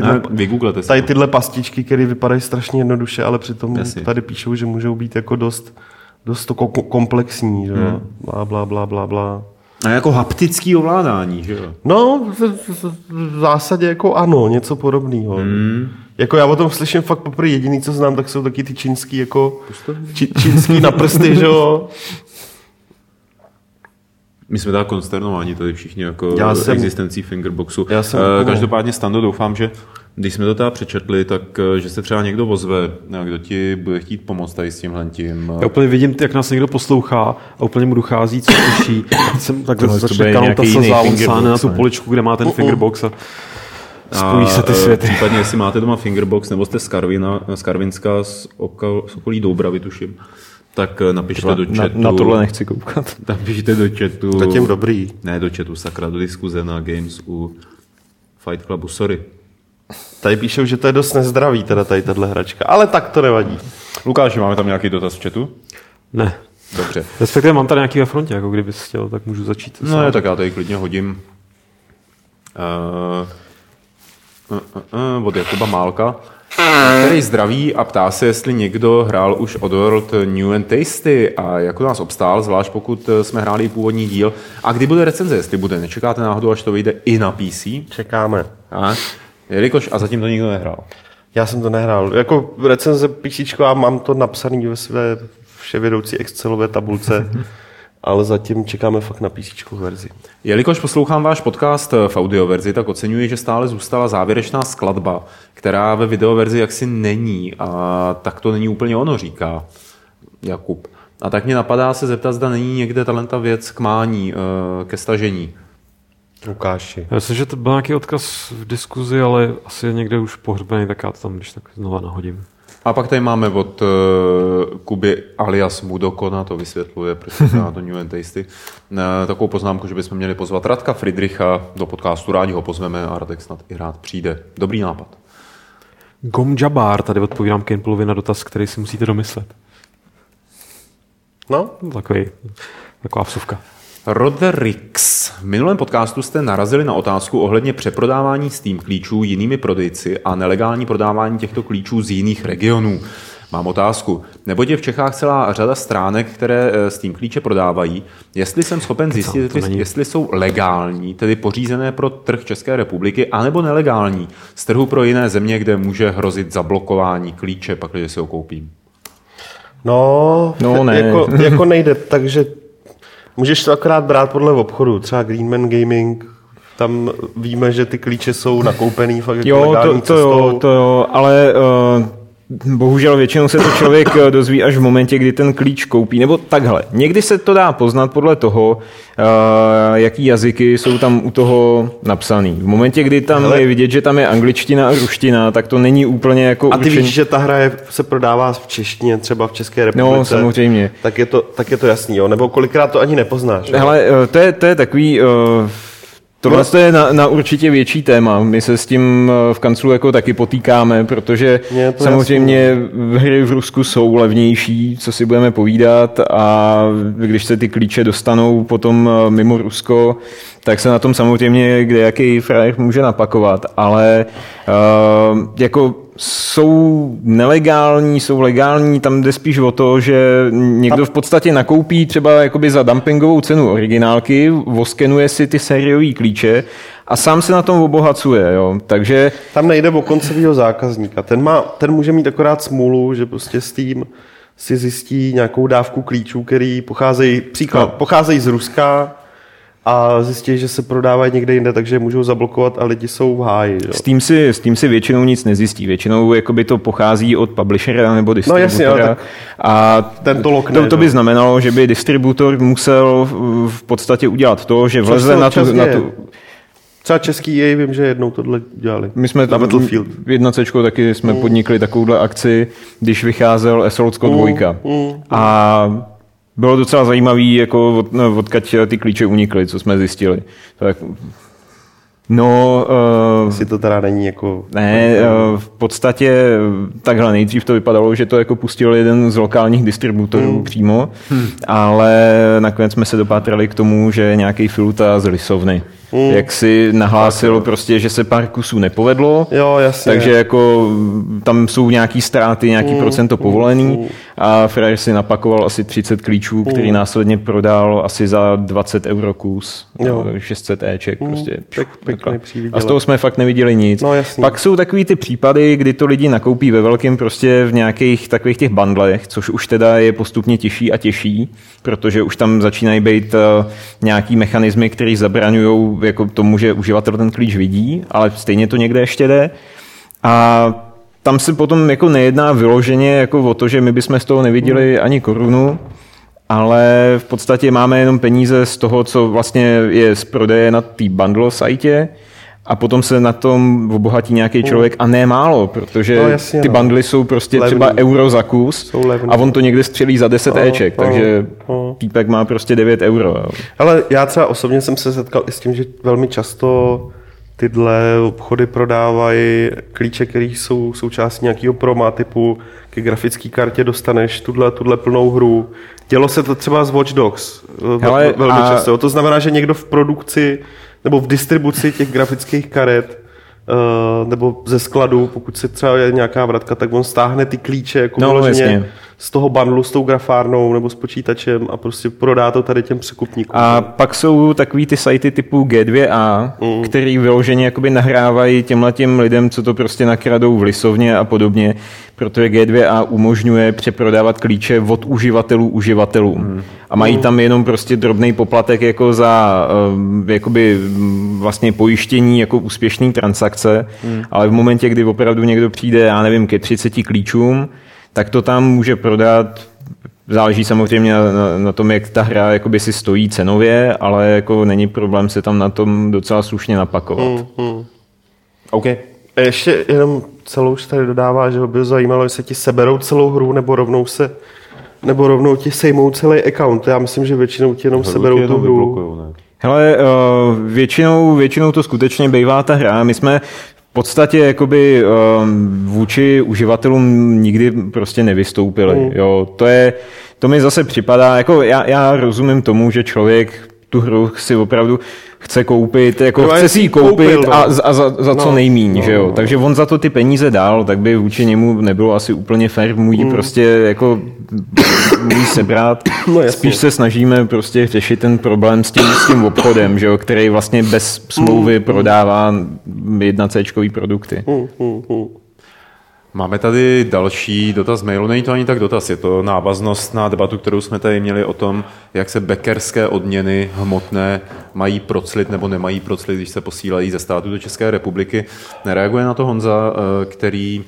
tady tyhle pastičky, které vypadají strašně jednoduše, ale přitom tady píšou, že můžou být jako dost komplexní, že jo? Bla. A jako haptický ovládání, že jo? No, v zásadě jako ano, něco podobného. Jako já o tom slyším fakt poprvé, jediný, co znám, tak jsou taky ty čínský jako čínský na prsty, že jo? My jsme tak konsternováni tady všichni jako existencí Fingerboxu. Každopádně, Stando, doufám, že když jsme to teda přečetli, tak že se třeba někdo ozve, kdo ti bude chtít pomoct tady s tímhletím. Já úplně vidím, jak nás někdo poslouchá a úplně mu dochází, co slyší. Jsem takhle začne kanota slza, on sáhne na tu poličku, kde má ten Fingerbox a spojí se ty světy. Případně, jestli máte doma Fingerbox, nebo jste z Karvinska, z okolí Doubravy, tuším, tak napište do chatu. Na tohle nechci koukat. Napište do chatu. Zatím dobrý. Ne do chatu, sakra, do diskuze na Games u Fight Clubu, sorry. Tady píšou, že to je dost nezdravý, teda tady tato hračka, ale tak to nevadí. Lukáši, máme tam nějaký dotaz v chatu? Ne. Dobře. Respektive mám tady nějaký ve frontě, jako kdybys chtěl, tak můžu začít. No, tak já tady klidně hodím od Jakuba Málka, který zdraví a ptá se, jestli někdo hrál už Oddworld New and Tasty a jak nás obstál, zvlášť pokud jsme hráli původní díl. A kdy bude recenze, jestli bude? Nečekáte náhodou, až to vyjde i na PC? Čekáme. Jelikož a zatím to nikdo nehrál. Já jsem to nehrál. Jako recenze píšičková, mám to napsaný ve své vševědoucí Excelové tabulce, ale zatím čekáme fakt na písíčkovou verzi. Jelikož poslouchám váš podcast v audioverzi, tak oceňuji, že stále zůstala závěrečná skladba, která ve videoverzi jaksi není a tak to není úplně ono, říká Jakub. A tak mě napadá se zeptat, zda není někde ta věc k mání, ke stažení. Lukáši. Já myslím, že to byl nějaký odkaz v diskuzi, ale asi je někde už pohřbený, tak já to tam když tak znova nahodím. A pak tady máme od Kuby alias Mudokona, to vysvětluje, proč se na to New and Tasty, takovou poznámku, že bychom měli pozvat Radka Friedricha do podcastu, rádi ho pozveme a Radek snad i rád přijde. Dobrý nápad. Gom Jabbar, tady odpovídám Kenpolovi na dotaz, který si musíte domyslet. No? Taková vsuvka. Roderix. V minulém podcastu jste narazili na otázku ohledně přeprodávání Steam klíčů jinými prodejci a nelegální prodávání těchto klíčů z jiných regionů. Mám otázku. Neboť je v Čechách celá řada stránek, které Steam klíče prodávají. Jestli jsem schopen zjistit, jestli jsou legální, tedy pořízené pro trh České republiky, anebo nelegální z trhu pro jiné země, kde může hrozit zablokování klíče, pakliže si ho koupím. No ne. Jako nejde, takže můžeš to akorát brát podle obchodu, třeba Greenman Gaming, tam víme, že ty klíče jsou nakoupený fakt jako legální cestou. To jo, ale bohužel většinou se to člověk dozví až v momentě, kdy ten klíč koupí, nebo takhle. Někdy se to dá poznat podle toho, jaký jazyky jsou tam u toho napsaný. V momentě, kdy tam je vidět, že tam je angličtina a ruština, tak to není úplně jako a ty víš, že ta hra se prodává v češtině, třeba v České republice. No, samozřejmě. Tak je to jasný, jo? Nebo kolikrát to ani nepoznáš. Hele, to je takový... Tohle je na určitě větší téma. My se s tím v kanclu jako taky potýkáme, protože samozřejmě hry v Rusku jsou levnější, co si budeme povídat, a když se ty klíče dostanou potom mimo Rusko, tak se na tom samozřejmě kdejaký frajer může napakovat, ale jako jsou nelegální, jsou legální, tam jde spíš o to, že někdo v podstatě nakoupí třeba jakoby za dumpingovou cenu originálky, oskenuje si ty sériové klíče a sám se na tom obohacuje, jo. Takže tam nejde o koncového zákazníka. Ten může mít akorát smůlu, že prostě Steam si zjistí nějakou dávku klíčů, který pocházejí z Ruska, a zjistí, že se prodávají někde jinde, takže je můžou zablokovat a lidi jsou v háji. Jo. Steam si většinou nic nezjistí. Většinou jakoby to pochází od publishera nebo distributora. No jasně, a tento lokne, to by znamenalo, že by distributor musel v podstatě udělat to, že vleze na tu... Třeba český EA, vím, že jednou tohle dělali. My jsme na Battlefield. V 1C taky jsme podnikli takovouhle akci, když vycházel Assault Squad 2. A bylo docela zajímavý, jako odkud ty klíče unikly, co jsme zjistili. Tak, si to teda není jako... Ne, v podstatě takhle nejdřív to vypadalo, že to jako pustil jeden z lokálních distributorů přímo, ale nakonec jsme se dopátrali k tomu, že nějaký filuta z lisovny. Jak si nahlásil prostě, že se pár kusů nepovedlo, jo, jasně. Takže jako tam jsou nějaký ztráty, nějaký procento povolený a frajer si napakoval asi 30 klíčů, který následně prodal asi za 20 euro kus, 600 éček prostě. A z toho jsme fakt neviděli nic. No, pak jsou takový ty případy, kdy to lidi nakoupí ve velkém prostě v nějakých takových těch bundlech, což už teda je postupně těžší a těžší, protože už tam začínají být nějaký mechanismy, které zabraňují jako tomu, že uživatel ten klíč vidí, ale stejně to někde ještě jde. A tam se potom jako nejedná vyloženě jako o to, že my bychom z toho neviděli ani korunu, ale v podstatě máme jenom peníze z toho, co vlastně je z prodeje na té bundle sajtě, a potom se na tom obohatí nějaký člověk a ne málo, protože ty bundly jsou prostě levný. Třeba euro za kus a on to někde střelí za 10 éček, takže týpek má prostě 9 euro. Jo. Ale já třeba osobně jsem se setkal i s tím, že velmi často tyhle obchody prodávají klíče, které jsou součástí nějakého proma typu ke grafické kartě dostaneš tuhle plnou hru. Dělo se to třeba z Watch Dogs velmi často. To znamená, že někdo v produkci nebo v distribuci těch grafických karet nebo ze skladu, pokud se třeba je nějaká vratka, tak on stáhne ty klíče jako vyloženě z toho bundlu s tou grafárnou nebo s počítačem a prostě prodá to tady těm překupníkům. A pak jsou takový ty sajty typu G2A, který vyloženě jakoby nahrávají těmhletěm lidem, co to prostě nakradou v lisovně a podobně, protože G2A umožňuje přeprodávat klíče od uživatelů uživatelům. A mají tam jenom prostě drobný poplatek jako za jakoby vlastně pojištění jako úspěšný transakce, ale v momentě, kdy opravdu někdo přijde, já nevím, ke 30 klíčům, tak to tam může prodat. Záleží samozřejmě na tom, jak ta hra jakoby si stojí cenově, ale jako není problém se tam na tom docela slušně napakovat. OK. A ještě jenom celou už tady dodává, že by zajímalo, jestli ti seberou celou hru, nebo rovnou ti sejmou celý account. Já myslím, že většinou ti jenom seberou tu hru. Hele, většinou to skutečně bývá ta hra. My jsme v podstatě jakoby vůči uživatelům nikdy prostě nevystoupili. Jo, to mi zase připadá, jako já rozumím tomu, že člověk tu hru si opravdu chce koupit, jako chce si ji koupit a za co nejmíň, že jo. Takže on za to ty peníze dal, tak by vůči němu nebylo asi úplně fair mu ji prostě jako sebrat. Spíš se snažíme prostě řešit ten problém s tím obchodem, že jo, který vlastně bez smlouvy prodává 1C produkty. Máme tady další dotaz mailu, není to ani tak dotaz, je to návaznost na debatu, kterou jsme tady měli o tom, jak se backerské odměny hmotné mají proclit nebo nemají proclit, když se posílají ze státu do České republiky. Nereaguje na to Honza, který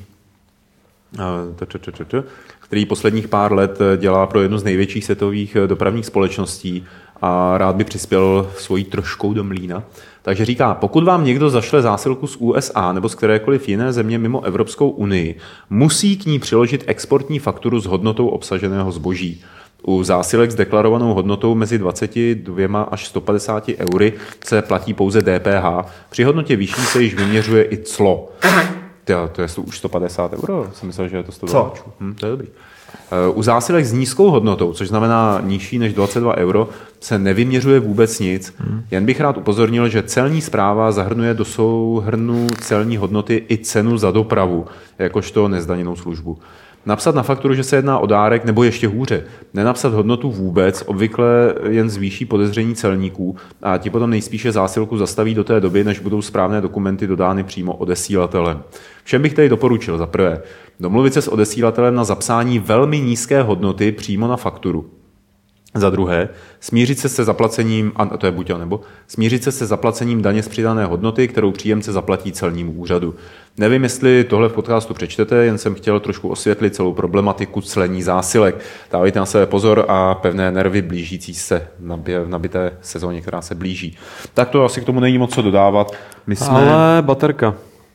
posledních pár let dělá pro jednu z největších světových dopravních společností a rád by přispěl svojí troškou do mlýna. Takže říká, pokud vám někdo zašle zásilku z USA nebo z kterékoliv jiné země mimo Evropskou unii, musí k ní přiložit exportní fakturu s hodnotou obsaženého zboží. U zásilek s deklarovanou hodnotou mezi 22 až 150 eury se platí pouze DPH. Při hodnotě vyšší se již vyměřuje i clo. To je už 150 euro, jsem myslel, že je to 100 dolarů. To je dobrý. U zásilek s nízkou hodnotou, což znamená nižší než 22 euro, se nevyměřuje vůbec nic. Jen bych rád upozornil, že celní správa zahrnuje do souhrnu celní hodnoty i cenu za dopravu, jakožto nezdaněnou službu. Napsat na fakturu, že se jedná o dárek, nebo ještě hůře, nenapsat hodnotu vůbec, obvykle jen zvýší podezření celníků a ti potom nejspíše zásilku zastaví do té doby, než budou správné dokumenty dodány přímo odesílatelem. Všem bych tedy doporučil za prvé domluvit se s odesílatelem na zapsání velmi nízké hodnoty přímo na fakturu. Za druhé, smířit se zaplacením, a to je buď a nebo, smířit se se zaplacením daně z přidané hodnoty, kterou příjemce zaplatí celnímu úřadu. Nevím, jestli tohle v podcastu přečtete, jen jsem chtěl trošku osvětlit celou problematiku clení zásilek. Dávejte na sebe pozor a pevné nervy blížící se v nabité sezóně, která se blíží. Tak to asi k tomu není moc co dodávat. Ale baterka.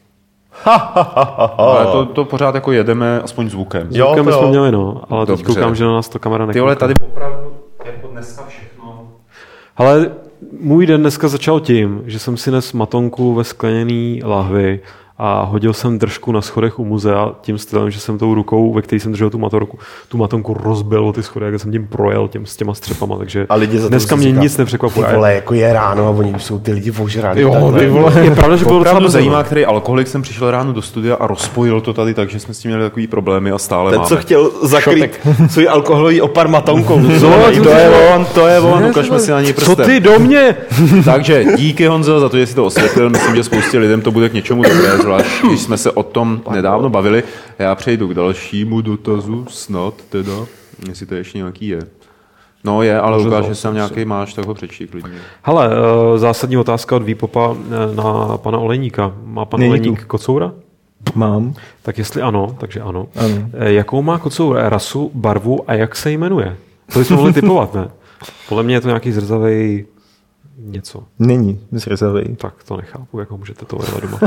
Ale to pořád jako jedeme aspoň zvukem. Zvukem bychom měli, no. Ale teď koukám, že na nás to kamera nekouká. Tyhle, tady opravdu jako dneska všechno. Ale můj den dneska začal tím, že jsem si nes matonku ve skleněný lahvi a hodil jsem držku na schodech u muzea tím stylem, že jsem tou rukou, ve které jsem držel tu matonku rozbil o ty schody, jak jsem tím projel s těma střepama, takže dneska mě nic nepřekvapuje. Ty vole, jako je ráno a oni jsou ty lidi ožrali. Jo, ty vole. Je pravda, že bylo opravdu zajímá, který alkoholik jsem přišel ráno do studia a rozpojil to tady, takže jsme s tím měli takový problémy a stále máme. Ten, co chtěl zakrýt svůj alkoholový opar matonkou. To je on, ukažme si na něj prstem. Co ty do mě? Takže díky, Honzo, za to, že jsi to osvětlil. Myslím, že spoustě lidem to bude k něčemu dobré, zvlášť když jsme se o tom nedávno bavili. Já přejdu k dalšímu dotazu, snad teda, jestli to ještě nějaký je. No je, ale Lukáš, že tam nějaký máš, tak ho přečti klidně. Hele, zásadní otázka od Výpopa na pana Olejníka. Má pan Olejník kocoura? Mám. Tak jestli ano, takže ano. Jakou má kocoura rasu, barvu a jak se jmenuje? To bychom mohli typovat, ne? Podle mě je to nějaký zrzavej něco. Není zrzavej. Tak to nechápu, jak ho můžete to vedle doma.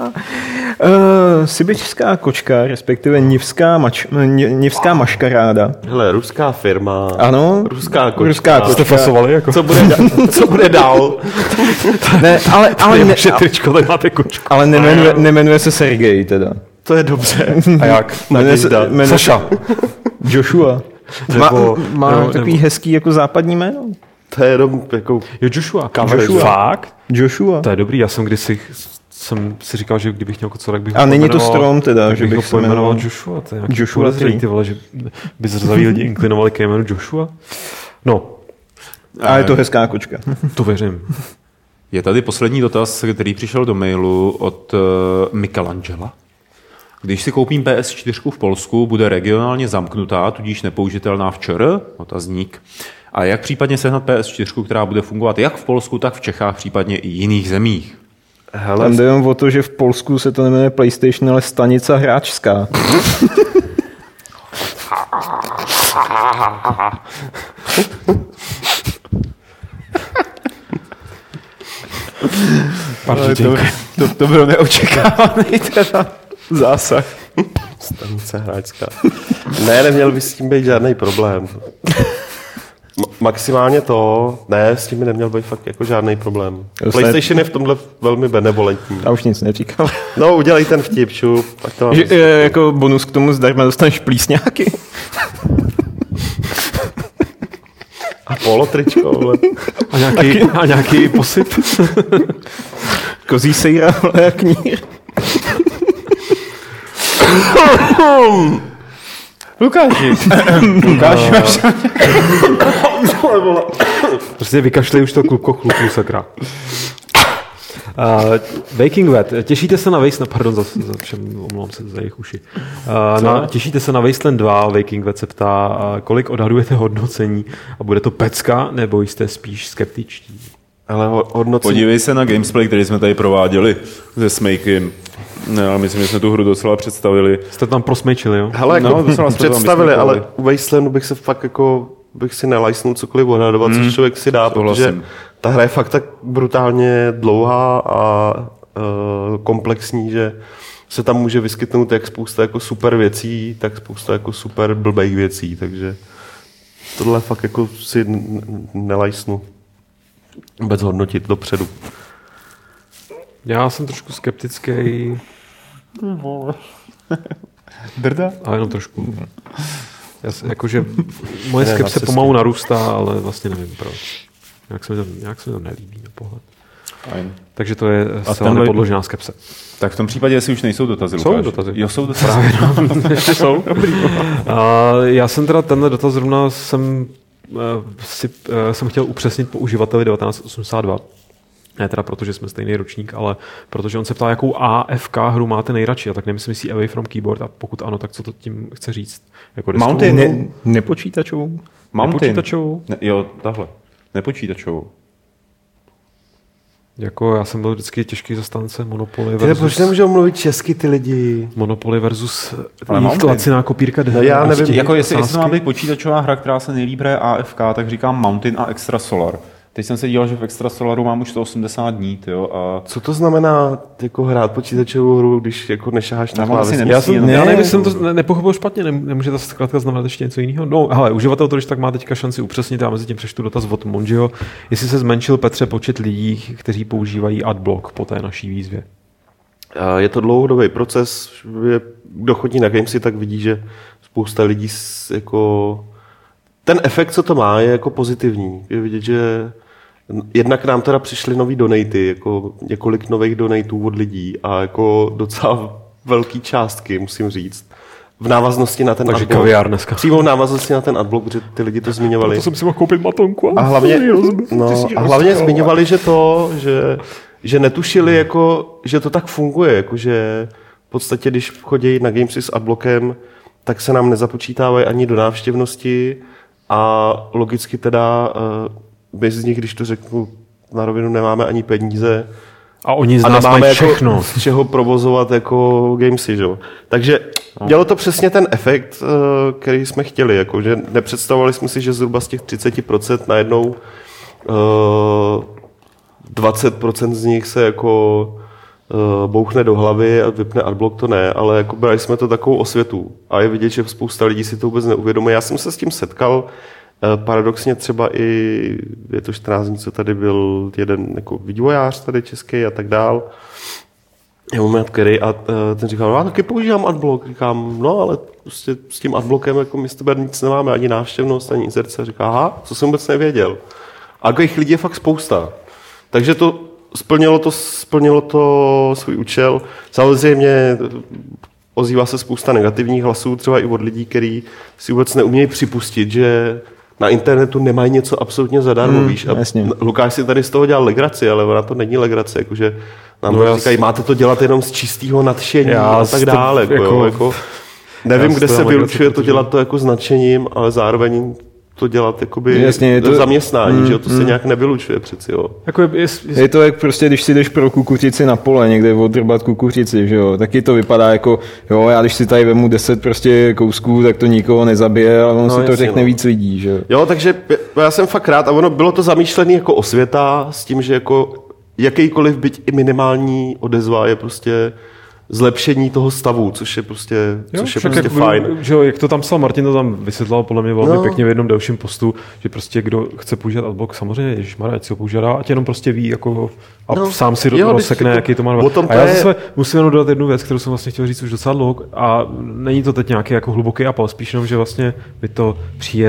Sibiřská kočka, respektive nivská maškaráda. Hele, ruská firma. Ano. Ruská kočka. Jste fasovali jako? Co bude dál? Ne, ale tričko, tak máte kočku. Ale nemenuje se Sergej teda. To je dobře. A jak? Jmenuje Saša. Joshua. Má takový hezký jako západní jméno. To je jenom jako... Joshua. Fakt? Joshua. To je dobrý, já jsem kdysi jsem si říkal, že kdybych měl kocoura, tak bych ho není to strom teda, že bych ho pojmenoval Joshua. To je Joshua ty vole, že by zrzavý lidi inklinovali ke jménu Joshua. No. A je to hezká kočka. To věřím. Je tady poslední dotaz, který přišel do mailu od Michelangela. Když si koupím PS4 v Polsku, bude regionálně zamknutá, tudíž nepoužitelná v ČR? Otazník. A jak případně sehnat PS4, která bude fungovat jak v Polsku, tak v Čechách, případně i jiných zemích? Hele, tam jde o to, že v Polsku se to jmenuje PlayStation, ale stanica hráčská. To bylo neočekávaný teda zásah. Stanice hráčská. Ne, neměl by s tím být žádný problém. Maximálně to, ne, s tím by neměl být fakt jako žádný problém. PlayStation je v tomhle velmi benevolentní. Já už nic neříkal. No, udělej ten vtip, šup. Jako bonus k tomu zdarma dostaneš plísňáky. polotričko. A nějaký posyp. Kozí sejra, ale jak knír. Lukáši. Prostě vykašlej už to chlupu, sakra. Waking Wet. Těšíte se na Wasteland, pardon za všem, omlouvám se za jejich uši. Těšíte se na Wasteland 2, Waking Wet se ptá, kolik odhadujete hodnocení a bude to pecka, nebo jste spíš skeptičtí? Ale hodnocení... Podívej se na gamesplay, který jsme tady prováděli se Smakem. No, myslím, že jsme tu hru docela představili. Jste tam prosmejčili, jo? Hele, jako představili, ale u Wastelandu bych se fakt jako bych si nelajsnul cokoliv odhadovat, což člověk si dá, protože ta hra je fakt tak brutálně dlouhá a komplexní, že se tam může vyskytnout jak spousta jako super věcí, tak spousta jako super blbých věcí, takže tohle fakt jako si nelajsnu vůbec hodnotit dopředu. Já jsem trošku skeptický. Drda? Ale jenom trošku. Jakože moje skepse pomalu narůstá, ale vlastně nevím proč. Nějak se mi to nelíbí na pohled. Fajn. Takže to je zcela nepodložená skepse. Tak v tom případě, jestli už nejsou dotazy, Jsou Lukáš. dotazy. Jo, jsou dotazy. Právě, no. Ještě jsou. Dobrý. Já jsem teda tenhle dotaz zrovna jsem chtěl upřesnit po uživateli 1982. Ne teda proto, že jsme stejný ročník, ale protože on se ptá, jakou AFK hru máte nejradši, a tak nemyslím si Away from Keyboard, a pokud ano, tak co to tím chce říct? Jako Mountain. Nepočítačovou? Nepočítačovou? Jo, tahle. Nepočítačovou. Jako já jsem byl vždycky těžký zastánce Monopoly versus... Proč nemůžou mluvit česky ty lidi? Monopoly versus laciná kopírka. No já nevím. Jako jestli to má být počítačová hra, která se nejlíp hraje AFK, tak říkám Mountain a Extra Solar. Teď jsem se díval, že v Extra Solaru mám už to 80 dní, tyjo, a... Co to znamená jako hrát počítačovou hru, když jako nešaháš na klávesnici? Já nevím, jsem to nepochopil špatně, nemůže to zkrátka znamenat ještě něco jiného. No, hele, uživatel to, když tak má teďka šanci upřesnit, já mezi tím přečtu dotaz od Monjiho, jestli se zmenšil, Petře, počet lidí, kteří používají adblock po té naší výzvě. Je to dlouhodobý proces, kdo chodí na Gamesy, tak vidí, že spousta lidí jako... Ten efekt, co to má, je jako pozitivní. Je vidět, že jednak nám teda přišly nový donaty, jako několik nových donatů od lidí a jako docela velký částky, musím říct. V návaznosti na ten takže adblock. Kaviár dneska. Přímo v návaznosti na ten adblock, protože ty lidi to zmiňovali. To jsem si mohl koupit matonku. A hlavně zmiňovali, že netušili, jako, že to tak funguje, jako, že v podstatě, když chodí na Gamesy s adblockem, tak se nám nezapočítávají ani do návštěvnosti a logicky teda bez z nich, když to řeknu na rovinu, nemáme ani peníze. A oni z nás mají všechno. Jako z čeho provozovat jako Gamesy, že? Takže dělalo to přesně ten efekt, který jsme chtěli. Jako, že nepředstavovali jsme si, že zhruba z těch 30% najednou 20% z nich se jako bouchne do hlavy a vypne adblock, to ne, ale jako brali jsme to takovou osvětu. A je vidět, že spousta lidí si to vůbec neuvědomuje. Já jsem se s tím setkal, paradoxně třeba i, je to 14 dní, co tady byl jeden jako vývojář tady český a tak dál. Je moment, který a ten říkal, no já taky používám adblock. Říkám, no ale prostě s tím adblockem jako my s tebe nic nemáme, ani návštěvnost, ani inzerce. Říká, aha, co jsem vůbec nevěděl. A takových lidí je fakt spousta. Takže to splnilo to svůj účel. Samozřejmě ozývá se spousta negativních hlasů, třeba i od lidí, kteří si vůbec neumějí připustit, že na internetu nemají něco absolutně zadarmo, víš. A Lukáš si tady z toho dělal legraci, ale ona to není legrace, jakože nám říkají, máte to dělat jenom z čistého nadšení a tak dále. Jako, nevím, kde se vylučuje to dělat to jako s nadšením, ale zároveň to dělat jakoby je to zaměstnání, že to se nějak nevylučuje přeci, jo. Jako je to jak prostě, když si jdeš pro kukuřici na pole, někde odrbat kukuřici, že jo, taky to vypadá jako, jo, já když si tady vemu 10 prostě kousků, tak to nikoho nezabije, ale on si to řekne víc lidí, že jo. Jo, takže já jsem fakt rád a ono bylo to zamýšlené jako osvěta s tím, že jako jakýkoliv byť i minimální odezva je prostě zlepšení toho stavu, což je prostě fajn. Že jo, jak to tam psal Martin, to tam vysvětloval podle mě velmi pěkně v jednom dalším postu, že prostě kdo chce používat adblock, samozřejmě, ježišmarja, ať si ho používá, ať jenom prostě ví, jako a sám si rozsekne, jaký to má. A já zase musím jenom dodat jednu věc, kterou jsem vlastně chtěl říct už docela dlouho, a není to teď nějaký jako hluboký apel, spíš jenom, že vlastně mi to přijde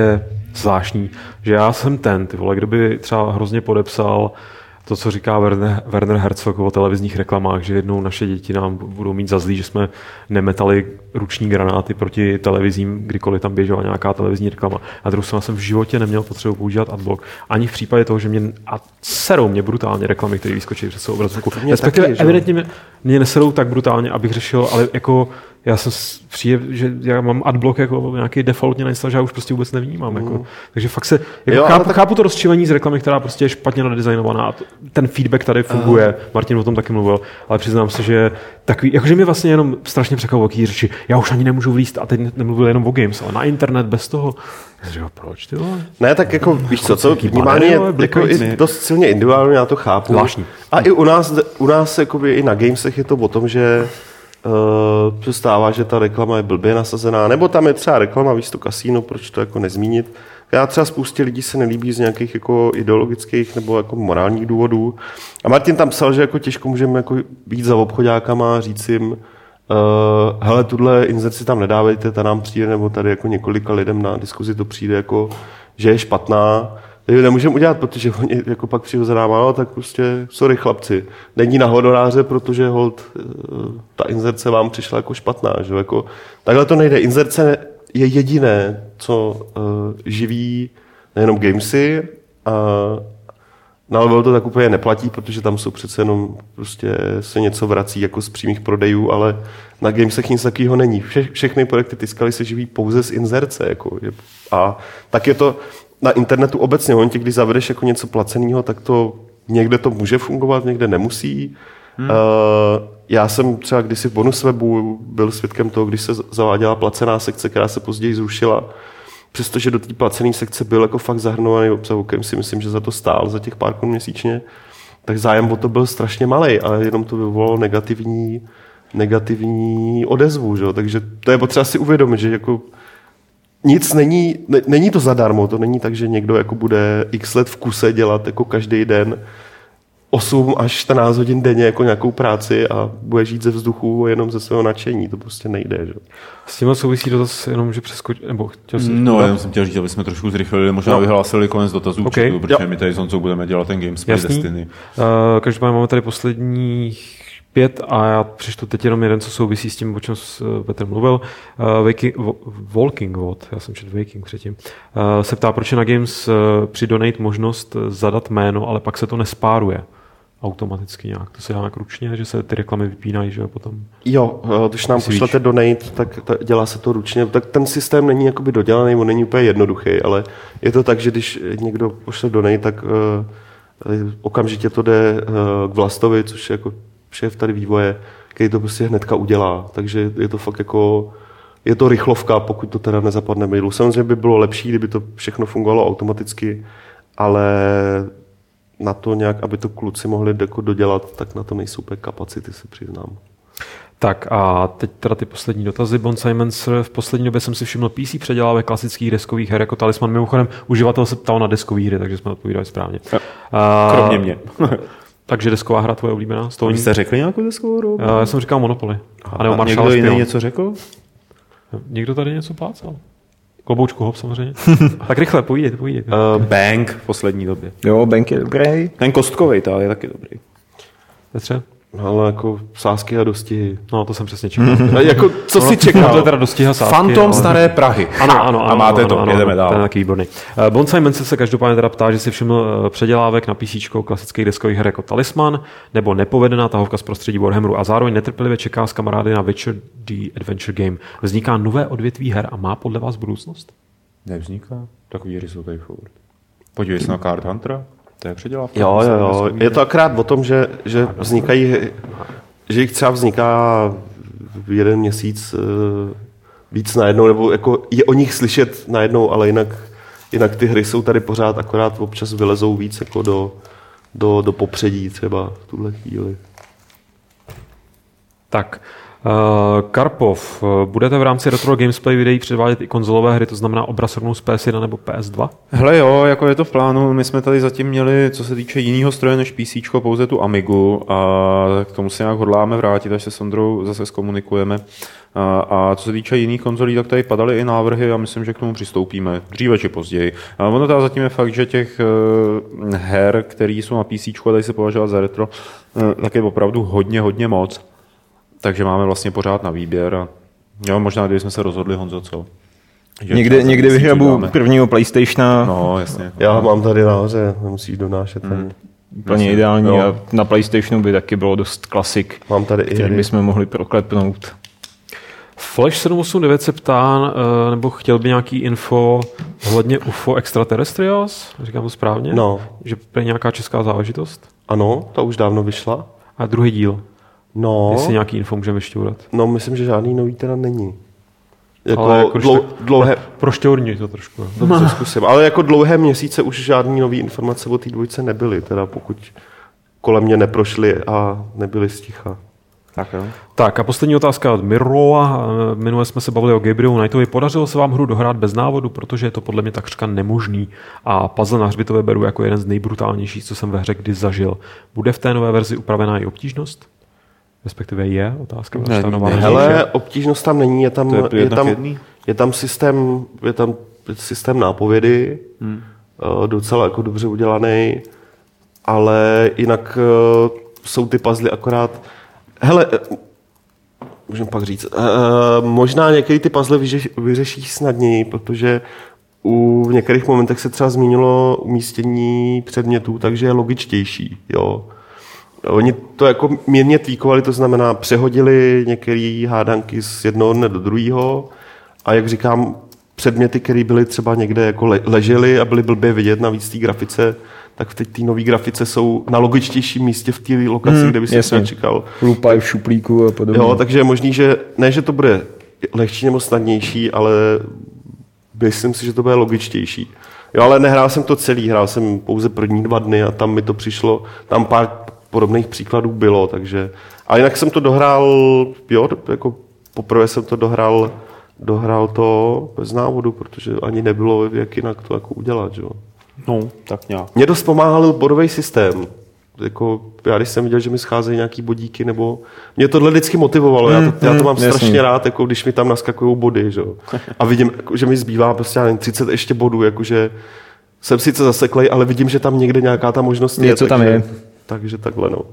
zvláštní, že já jsem ty vole, kdo by třeba hrozně podepsal to, co říká Werner Herzog o televizních reklamách, že jednou naše děti nám budou mít za zlý, že jsme nemetali ruční granáty proti televizím, kdykoliv tam běžela nějaká televizní reklama. A druhou stranu jsem v životě neměl potřebu používat adblock. Ani v případě toho, že serou mě brutálně reklamy, které vyskočí před svou obrazovku. Respektive evidentně mě neserou tak brutálně, abych řešil, ale jako já jsem že já mám adblock jako nějaký defaultně nainstaloval, že já už prostě vůbec nevnímám. Jako. Takže fakt se chápu to rozčilení z reklamy, která prostě je špatně nadizajnovaná a ten feedback tady funguje. Martin o tom taky mluvil, ale přiznám se, že takový, jakože mě vlastně jenom strašně překvapilo jaký řeči. Já už ani nemůžu vlízt a teď nemluvil jenom o games, ale na internet bez toho. Proč ty vole? Ne, tak jako víš co vnímání je jako i dost silně individuální, já to chápu. Zvláštní. A i u nás jakoby, i na gamesech je to o tom, že se stává, že ta reklama je blbě nasazená, nebo tam je třeba reklama, víš to kasíno, proč to jako nezmínit. Já třeba spoustě lidí se nelíbí z nějakých jako ideologických nebo jako morálních důvodů. A Martin tam psal, že jako těžko můžeme jako být za obchodákama a říct jim, hele, tuhle inzerci tam nedávejte, ta nám přijde, nebo tady jako několika lidem na diskuzi to přijde jako, že je špatná. Takže nemůžeme udělat, protože oni jako pak přijde za náma, no, tak prostě sorry chlapci, není na honoráře, protože hold, ta inzerce vám přišla jako špatná. Že? Jako, takhle to nejde. Inzerce je jediné, co živí nejenom gamesy, na level to tak úplně neplatí, protože tam jsou přece jenom prostě se něco vrací jako z přímých prodejů, ale na gamesech nic takového není. Všechny projekty Tiscaly se živí pouze z inzerce. Jako, a tak je to na internetu obecně. Momentě, když zavedeš jako něco placeného, tak to někde to může fungovat, někde nemusí. Já jsem třeba kdysi v Bonuswebu byl svědkem toho, když se zaváděla placená sekce, která se později zrušila. Přestože do té placené sekce byl jako fakt zahrnovaný obsah, o kterém si myslím, že za to stál, za těch pár korun měsíčně, tak zájem o to byl strašně malej, ale jenom to vyvolalo negativní odezvu. Že? Takže to je potřeba si uvědomit, že jako nic není to zadarmo, to není tak, že někdo jako bude x let v kuse dělat jako každý den 8 až 14 hodin denně jako nějakou práci a bude žít ze vzduchu jenom ze svého nadšení. To prostě nejde. Že? S tím souvisí dotaz jenom, že přeskočit, nebo chtěl jsem... No, já jsem chtěl říct, aby jsme trošku zrychlili, možná vyhlásili konec dotazů, okay. Protože my tady s Honzou budeme dělat ten Gamesplay Destiny. Každopádně máme tady posledních 5 a já přečtu teď jenom jeden, co souvisí s tím, o čem Petr mluvil. Walking Vod, já jsem četl Waking předtím, se ptá, proč je na Games při donate možnost zadat jméno, ale pak se to nespáruje automaticky nějak. To se dá nějak ručně, že se ty reklamy vypínají, že potom... Jo, když nám pošlete donate, tak dělá se to ručně. Tak ten systém není jakoby dodělaný, on není úplně jednoduchý, ale je to tak, že když někdo pošle donate, tak okamžitě to jde k Vlastovi, což je jako šéf tady vývoje, který to prostě hnedka udělá. Takže je to fakt jako... Je to rychlovka, pokud to teda nezapadne mailu. Samozřejmě by bylo lepší, kdyby to všechno fungovalo automaticky, ale na to nějak, aby to kluci mohli dodělat, tak na to nejsou úplně kapacity, se přiznám. Tak a teď teda ty poslední dotazy. Bon Simons, v poslední době jsem si všiml PC předělá ve klasických deskových her jako Talisman. Mimochodem, uživatel se ptal na deskové hry, takže jsme odpovídali správně. Kromě mě. Takže desková hra tvoje oblíbená? Vy jste řekli nějakou deskovou hru? Já jsem říkal Monopoly. A někdo jiný něco řekl? Někdo tady něco plácal. Kloboučku hop samozřejmě. Tak rychle, povídej. Bank v poslední době. Jo, Bank je dobrý. Ten kostkovej, to je taky dobrý. Petře? Ale jako sázky a dostihy. No, to jsem přesně čekal. Jako, co si čekal? To je teda dostihy a sázky. Fantom staré Prahy. Ano. A máte to, jedeme dál. To je taky výborný. Bon Simon se každopádně teda ptá, že si všiml předělávek na PC klasických deskových her jako Talisman, nebo nepovedená tahovka z prostředí Warhammeru a zároveň netrpělivě čeká s kamarády na Witcher The Adventure Game. Vzniká nové odvětví her a má podle vás budoucnost? Nevzniká. Takový hry jsou tady furt. Podívej se na Card Huntera. To je předělávka. Jo. Je to akorát o tom, že vznikají, že jich třeba vzniká v jeden měsíc víc najednou, nebo jako je o nich slyšet najednou, ale jinak ty hry jsou tady pořád, akorát občas vylezou víc jako do popředí třeba v tuhle chvíli. Tak, Karpov, budete v rámci Retro Gamesplay videí předvádět i konzolové hry, to znamená obraz rovnou z PS1 nebo PS2? Hele jo, jako je to v plánu, my jsme tady zatím měli, co se týče jiného stroje než PC, pouze tu Amigu a k tomu se nějak hodláme vrátit, až se s Ondrou zase zkomunikujeme. A co se týče jiných konzolí, tak tady padaly i návrhy a myslím, že k tomu přistoupíme dříve či později. A ono tady zatím je fakt, že těch her, které jsou na PC a tady se považovat za retro, tak je opravdu hodně moc. Takže máme vlastně pořád na výběr a jo, možná kdybychom se rozhodli, Honzo, co? Někdy vyhrabu prvního PlayStationa. No, jasně. Já mám tady nahoře, nemusíš donášet. Úplně ideální jo. A na PlayStationu by taky bylo dost klasik, mám tady který bychom mohli proklepnout. Flash 789 se ptá, nebo chtěl by nějaký info ohledně UFO Extraterrestrials, říkám to správně? No. Že je nějaká česká záležitost? Ano, ta už dávno vyšla. A druhý díl? No. Jestli nějaký info můžeme ještě udat? No, myslím, že žádný nový teda není. Jako dlouhé... Prošťourni to trošku. Dobře, zkusím. Ale jako dlouhé měsíce už žádný nový informace o té dvojce nebyly, teda pokud kolem mě neprošly a nebyly sticha. Tak a poslední otázka od Mirroa. Minule jsme se bavili o Gabrielu Knightovi. Podařilo se vám hru dohrát bez návodu, protože je to podle mě takřka nemožný. A puzzle na hřbitově beru jako jeden z nejbrutálnějších, co jsem ve hře kdy zažil. Bude v té nové verzi upravená i obtížnost? Respektive je otázka. Hele, obtížnost tam není, je tam systém nápovědy, docela jako dobře udělaný, ale jinak jsou ty puzzle akorát. Hele, můžeme pak říct, možná některé ty puzzle vyřeší snadněji, protože v některých momentech se třeba změnilo umístění předmětů, takže je logičtější, jo. Oni to jako mírně tweakovali, to znamená přehodili některé hádanky z jednoho dne do druhého a jak říkám, předměty, které byly třeba někde jako ležely a byly blbě vidět navíc té grafice, tak v té nové grafice jsou na logičtějším místě v té lokaci, kde by se třeba čekal. Lupají v šuplíku a podobně. Jo, takže je možný, že ne, že to bude lehčí nebo snadnější, ale myslím si, že to bude logičtější. Jo, ale nehrál jsem to celý, hrál jsem pouze první 2 dny a tam mi to přišlo, tam pár podobných příkladů bylo, takže. A jinak jsem to dohrál, jo, jako poprvé jsem to dohrál to bez návodu, protože ani nebylo, jak jinak to jako udělat, jo. No, tak nějak. Mě dost pomáhal bodový systém. Jako, já když jsem viděl, že mi scházejí nějaký bodíky, nebo mě tohle vždycky motivovalo. Já to mám strašně rád, jako když mi tam naskakují body, že? A vidím, že mi zbývá prostě 30 ještě bodů, jakože jsem sice zaseklej, ale vidím, že tam někde nějaká ta možnost je. Něco tam je. Takže takhle, no.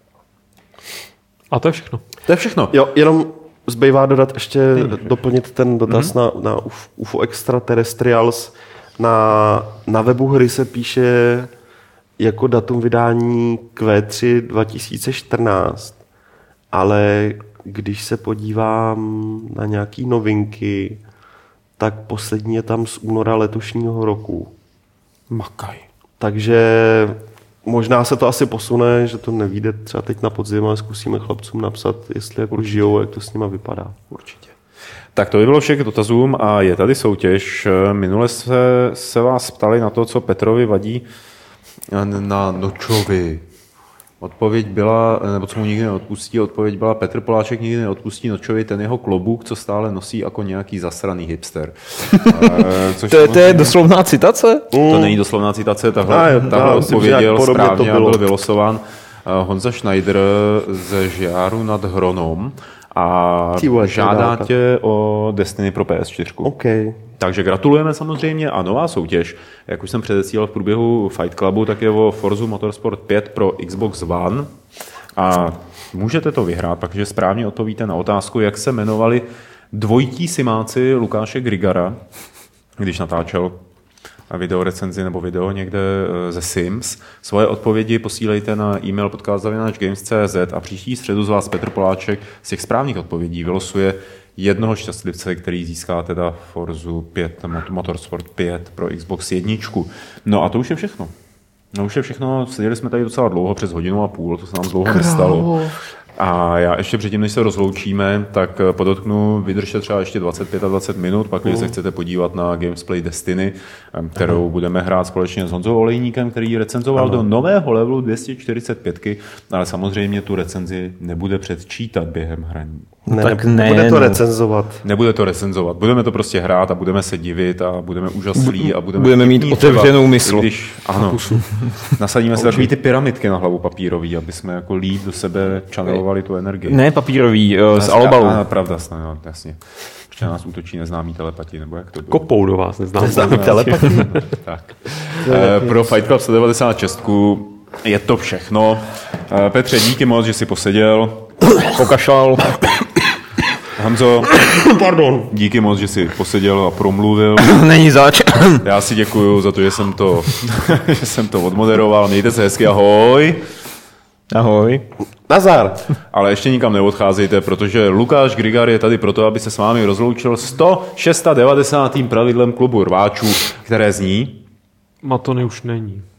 A to je všechno. To je všechno. Jo, jenom zbývá dodat ještě, doplnit ten dotaz na UFO Extraterrestrials. Na webu hry se píše jako datum vydání Q3 2014, ale když se podívám na nějaký novinky, tak poslední je tam z února letošního roku. Makaj. Takže možná se to asi posune, že to nevyjde třeba teď na podzim, ale zkusíme chlapcům napsat, jestli jako žijou, jak to s nima vypadá. Určitě. Tak to by bylo vše k dotazům a je tady soutěž. Minule se vás ptali na to, co Petrovi vadí na Nočovi. Odpověď byla, nebo co mu nikdy neodpustí, odpověď byla Petr Poláček nikdy neodpustí Nočovi ten jeho klobouk, co stále nosí jako nějaký zasraný hipster. To je doslovná citace? To není doslovná citace, tahle odpověděl správně a byl vylosován Honza Schneider ze Žiaru nad Hronom a žádá tě o Destiny pro PS4. Okay. Takže gratulujeme samozřejmě a nová soutěž, jak už jsem předesílal v průběhu Fight Clubu, tak je o Forzu Motorsport 5 pro Xbox One a můžete to vyhrát, protože správně odpovíte na otázku, jak se jmenovali dvojití simáci Lukáše Grigara, když natáčel videorecenzi nebo video někde ze Sims. Svoje odpovědi posílejte na e-mail podcast@games.cz a příští středu z vás Petr Poláček z těch správných odpovědí vylosuje jednoho šťastlivce, který získá teda Forzu 5, Motorsport 5 pro Xbox 1. No a to už je všechno. Seděli jsme tady docela dlouho, přes 1,5 hodiny, to se nám dlouho nestalo. A já ještě předtím, než se rozloučíme, tak podotknu, vydržte třeba ještě 25 a 20 minut, pak když se chcete podívat na Gamesplay Destiny, kterou budeme hrát společně s Honzou Olejníkem, který recenzoval do nového levelu 245, ale samozřejmě tu recenzi nebude předčítat během hraní. Nebude to recenzovat. Nebude to recenzovat. Budeme to prostě hrát a budeme se divit a budeme úžaslí a budeme mít otevřenou mysl. Ano, nasadíme si takový ty pyramidky na hlavu papírový, aby jsme jako líp do sebe channelovali tu energii. Ne papírový, z alobalu. Pravda, no, jasně. Protože na nás útočí neznámý telepati, nebo jak to bylo? Kopou do vás neznámý telepati. Tak. Pro Fight Club 196 je to všechno. Petře, díky moc, že jsi poseděl. Pokašlal. Honzo, pardon. Díky moc, že jsi poseděl a promluvil. Není zač. Já si děkuju za to, že jsem to odmoderoval. Mějte se hezky, ahoj. Ahoj. Nazar. Ale ještě nikam neodcházejte, protože Lukáš Grigar je tady proto, aby se s vámi rozloučil 196. pravidlem klubu rváčů, které zní... Matony už není.